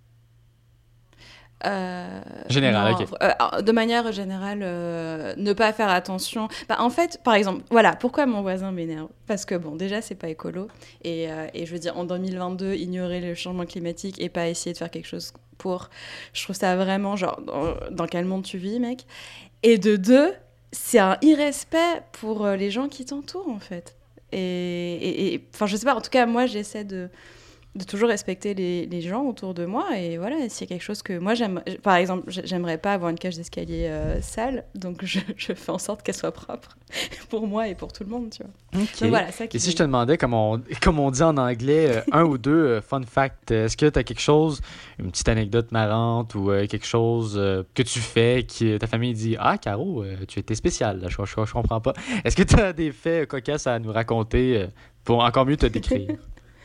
Général, non, ok. de manière générale, ne pas faire attention. Bah, en fait, par exemple, voilà, pourquoi mon voisin m'énerve? Parce que, bon, déjà, c'est pas écolo. Et je veux dire, en 2022, ignorer le changement climatique et pas essayer de faire quelque chose pour... Je trouve ça vraiment, genre, dans quel monde tu vis, mec? Et de 2, c'est un irrespect pour les gens qui t'entourent, en fait. Et enfin, je sais pas, en tout cas, moi, j'essaie de toujours respecter les gens autour de moi. Et voilà, s'il y a quelque chose que moi, j'aime... Par exemple, j'aimerais pas avoir une cage d'escalier sale, donc je fais en sorte qu'elle soit propre pour moi et pour tout le monde, tu vois. Ok. Donc voilà, ça qui Et si je te demandais, comme on dit en anglais, un ou deux fun facts, est-ce que tu as quelque chose, une petite anecdote marrante ou quelque chose que tu fais, que ta famille dit « Ah, Caro, tu étais spéciale, là, je comprends pas. » Est-ce que tu as des faits cocasses à nous raconter pour encore mieux te décrire?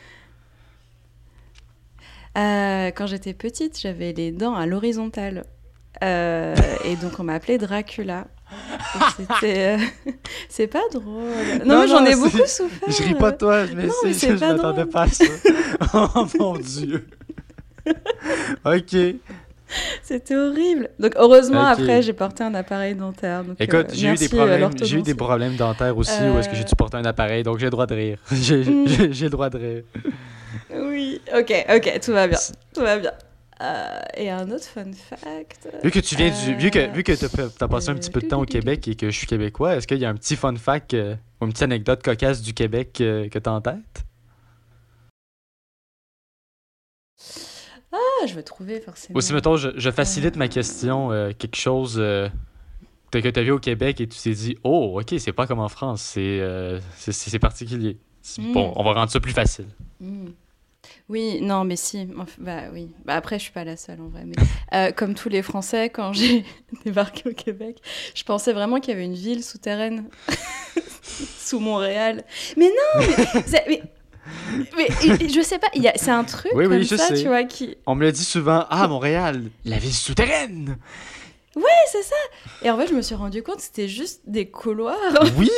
Quand j'étais petite, j'avais les dents à l'horizontale. Et donc, on m'appelait Dracula. C'était... c'est pas drôle. Non, mais j'en ai beaucoup souffert. Je ris pas de toi, mais je m'attendais pas à ça. Oh mon Dieu. OK. C'était horrible. Donc, heureusement, après, j'ai porté un appareil dentaire. Donc, écoute, j'ai eu des problèmes dentaires aussi où est-ce que j'ai dû porter un appareil, donc j'ai le droit de rire. J'ai le droit de rire. Oui, ok, tout va bien. Tout va bien. Et un autre fun fact. Vu que tu viens vu que t'as passé un petit peu de temps au Québec et que je suis québécois, est-ce qu'il y a un petit fun fact ou une petite anecdote cocasse du Québec que t'as en tête? Je vais trouver forcément. Aussi, mettons, je facilite ma question. Quelque chose que t'as vu au Québec et tu t'es dit, oh, ok, c'est pas comme en France, c'est particulier. Bon, on va rendre ça plus facile. Oui, non, mais si. Bah oui. Bah, après, je suis pas la seule en vrai. Mais comme tous les Français, quand j'ai débarqué au Québec, je pensais vraiment qu'il y avait une ville souterraine sous Montréal. Mais non, mais je sais pas. C'est un truc comme ça, tu vois, qui. On me le dit souvent. Ah, Montréal, la ville souterraine. Ouais, c'est ça. Et en fait, je me suis rendu compte que c'était juste des couloirs. Oui.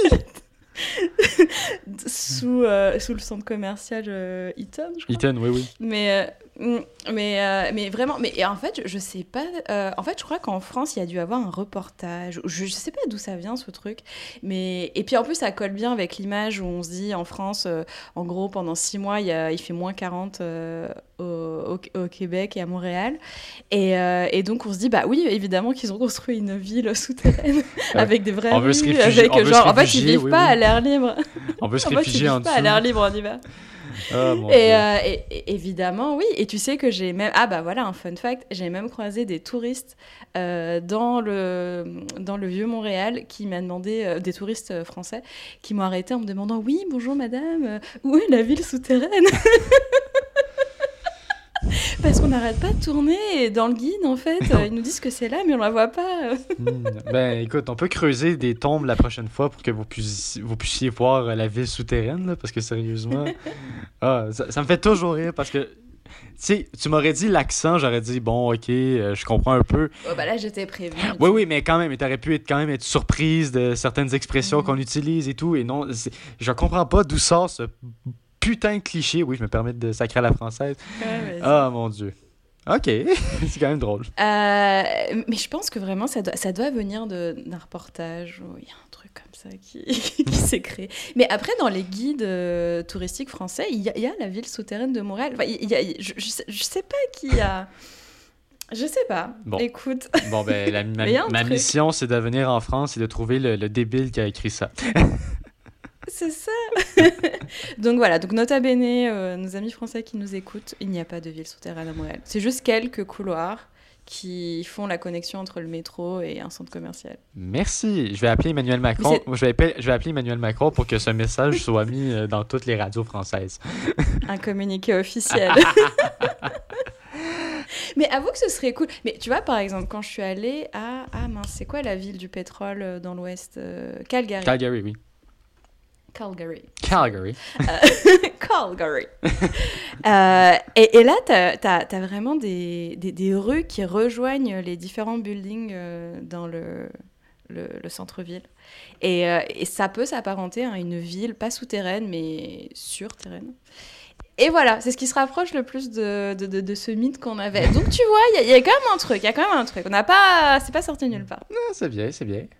sous le centre commercial Eaton, je crois. Eaton, oui. Mais vraiment, mais en fait, je sais pas. En fait, je crois qu'en France, il y a dû avoir un reportage. Je sais pas d'où ça vient ce truc. Et puis en plus, ça colle bien avec l'image où on se dit en France, en gros, pendant 6 mois, il fait moins 40 au Québec et à Montréal. Et donc, on se dit, bah oui, évidemment qu'ils ont construit une ville souterraine avec des vraies rues. Avec, genre, en fait, ils vivent pas à l'air libre. On peut se réfugier en dessous. Pas à l'air libre en hiver. Oh, mon et évidemment, oui. Et tu sais que j'ai même... Ah bah voilà, un fun fact. J'ai même croisé des touristes dans le vieux Montréal qui m'a demandé... des touristes français qui m'ont arrêté en me demandant « Oui, bonjour madame, où est la ville souterraine ?» Parce qu'on n'arrête pas de tourner et dans le guide, en fait, ils nous disent que c'est là, mais on la voit pas. Ben, écoute, on peut creuser des tombes la prochaine fois pour que vous puissiez voir la ville souterraine, là, parce que sérieusement, ça me fait toujours rire parce que, tu sais, tu m'aurais dit l'accent, j'aurais dit, bon, ok, je comprends un peu. Oh, bah là, j'étais prévenue. Oui, mais quand même, t'aurais pu être surprise de certaines expressions qu'on utilise et tout, et non, je comprends pas d'où sort ce putain de cliché. Oui, je me permets de sacrer à la française. Ouais, mon Dieu. OK, c'est quand même drôle. Mais je pense que vraiment, ça doit venir d'un reportage où il y a un truc comme ça qui s'est créé. Mais après, dans les guides touristiques français, il y a la ville souterraine de Montréal. Enfin, je sais pas qui a... Je sais pas. Bon. Écoute. Bon, ben, ma mission, c'est de venir en France et de trouver le débile qui a écrit ça. C'est ça. Donc voilà, donc nota bene, nos amis français qui nous écoutent, il n'y a pas de ville souterraine à Montréal. C'est juste quelques couloirs qui font la connexion entre le métro et un centre commercial. Merci. Je vais appeler Emmanuel Macron. Je vais appeler Emmanuel Macron pour que ce message soit mis dans toutes les radios françaises. Un communiqué officiel. Mais avoue que ce serait cool. Mais tu vois, par exemple, quand je suis allée à... Ah mince, c'est quoi la ville du pétrole dans l'Ouest? Calgary. Calgary, oui. Calgary. Calgary. Et là, t'as vraiment des rues qui rejoignent les différents buildings dans le centre-ville. Et ça peut s'apparenter à une ville, pas souterraine, mais surterraine. Et voilà, c'est ce qui se rapproche le plus de ce mythe qu'on avait. Donc tu vois, il y a quand même un truc, On n'a pas... C'est pas sorti nulle part. Non, c'est bien.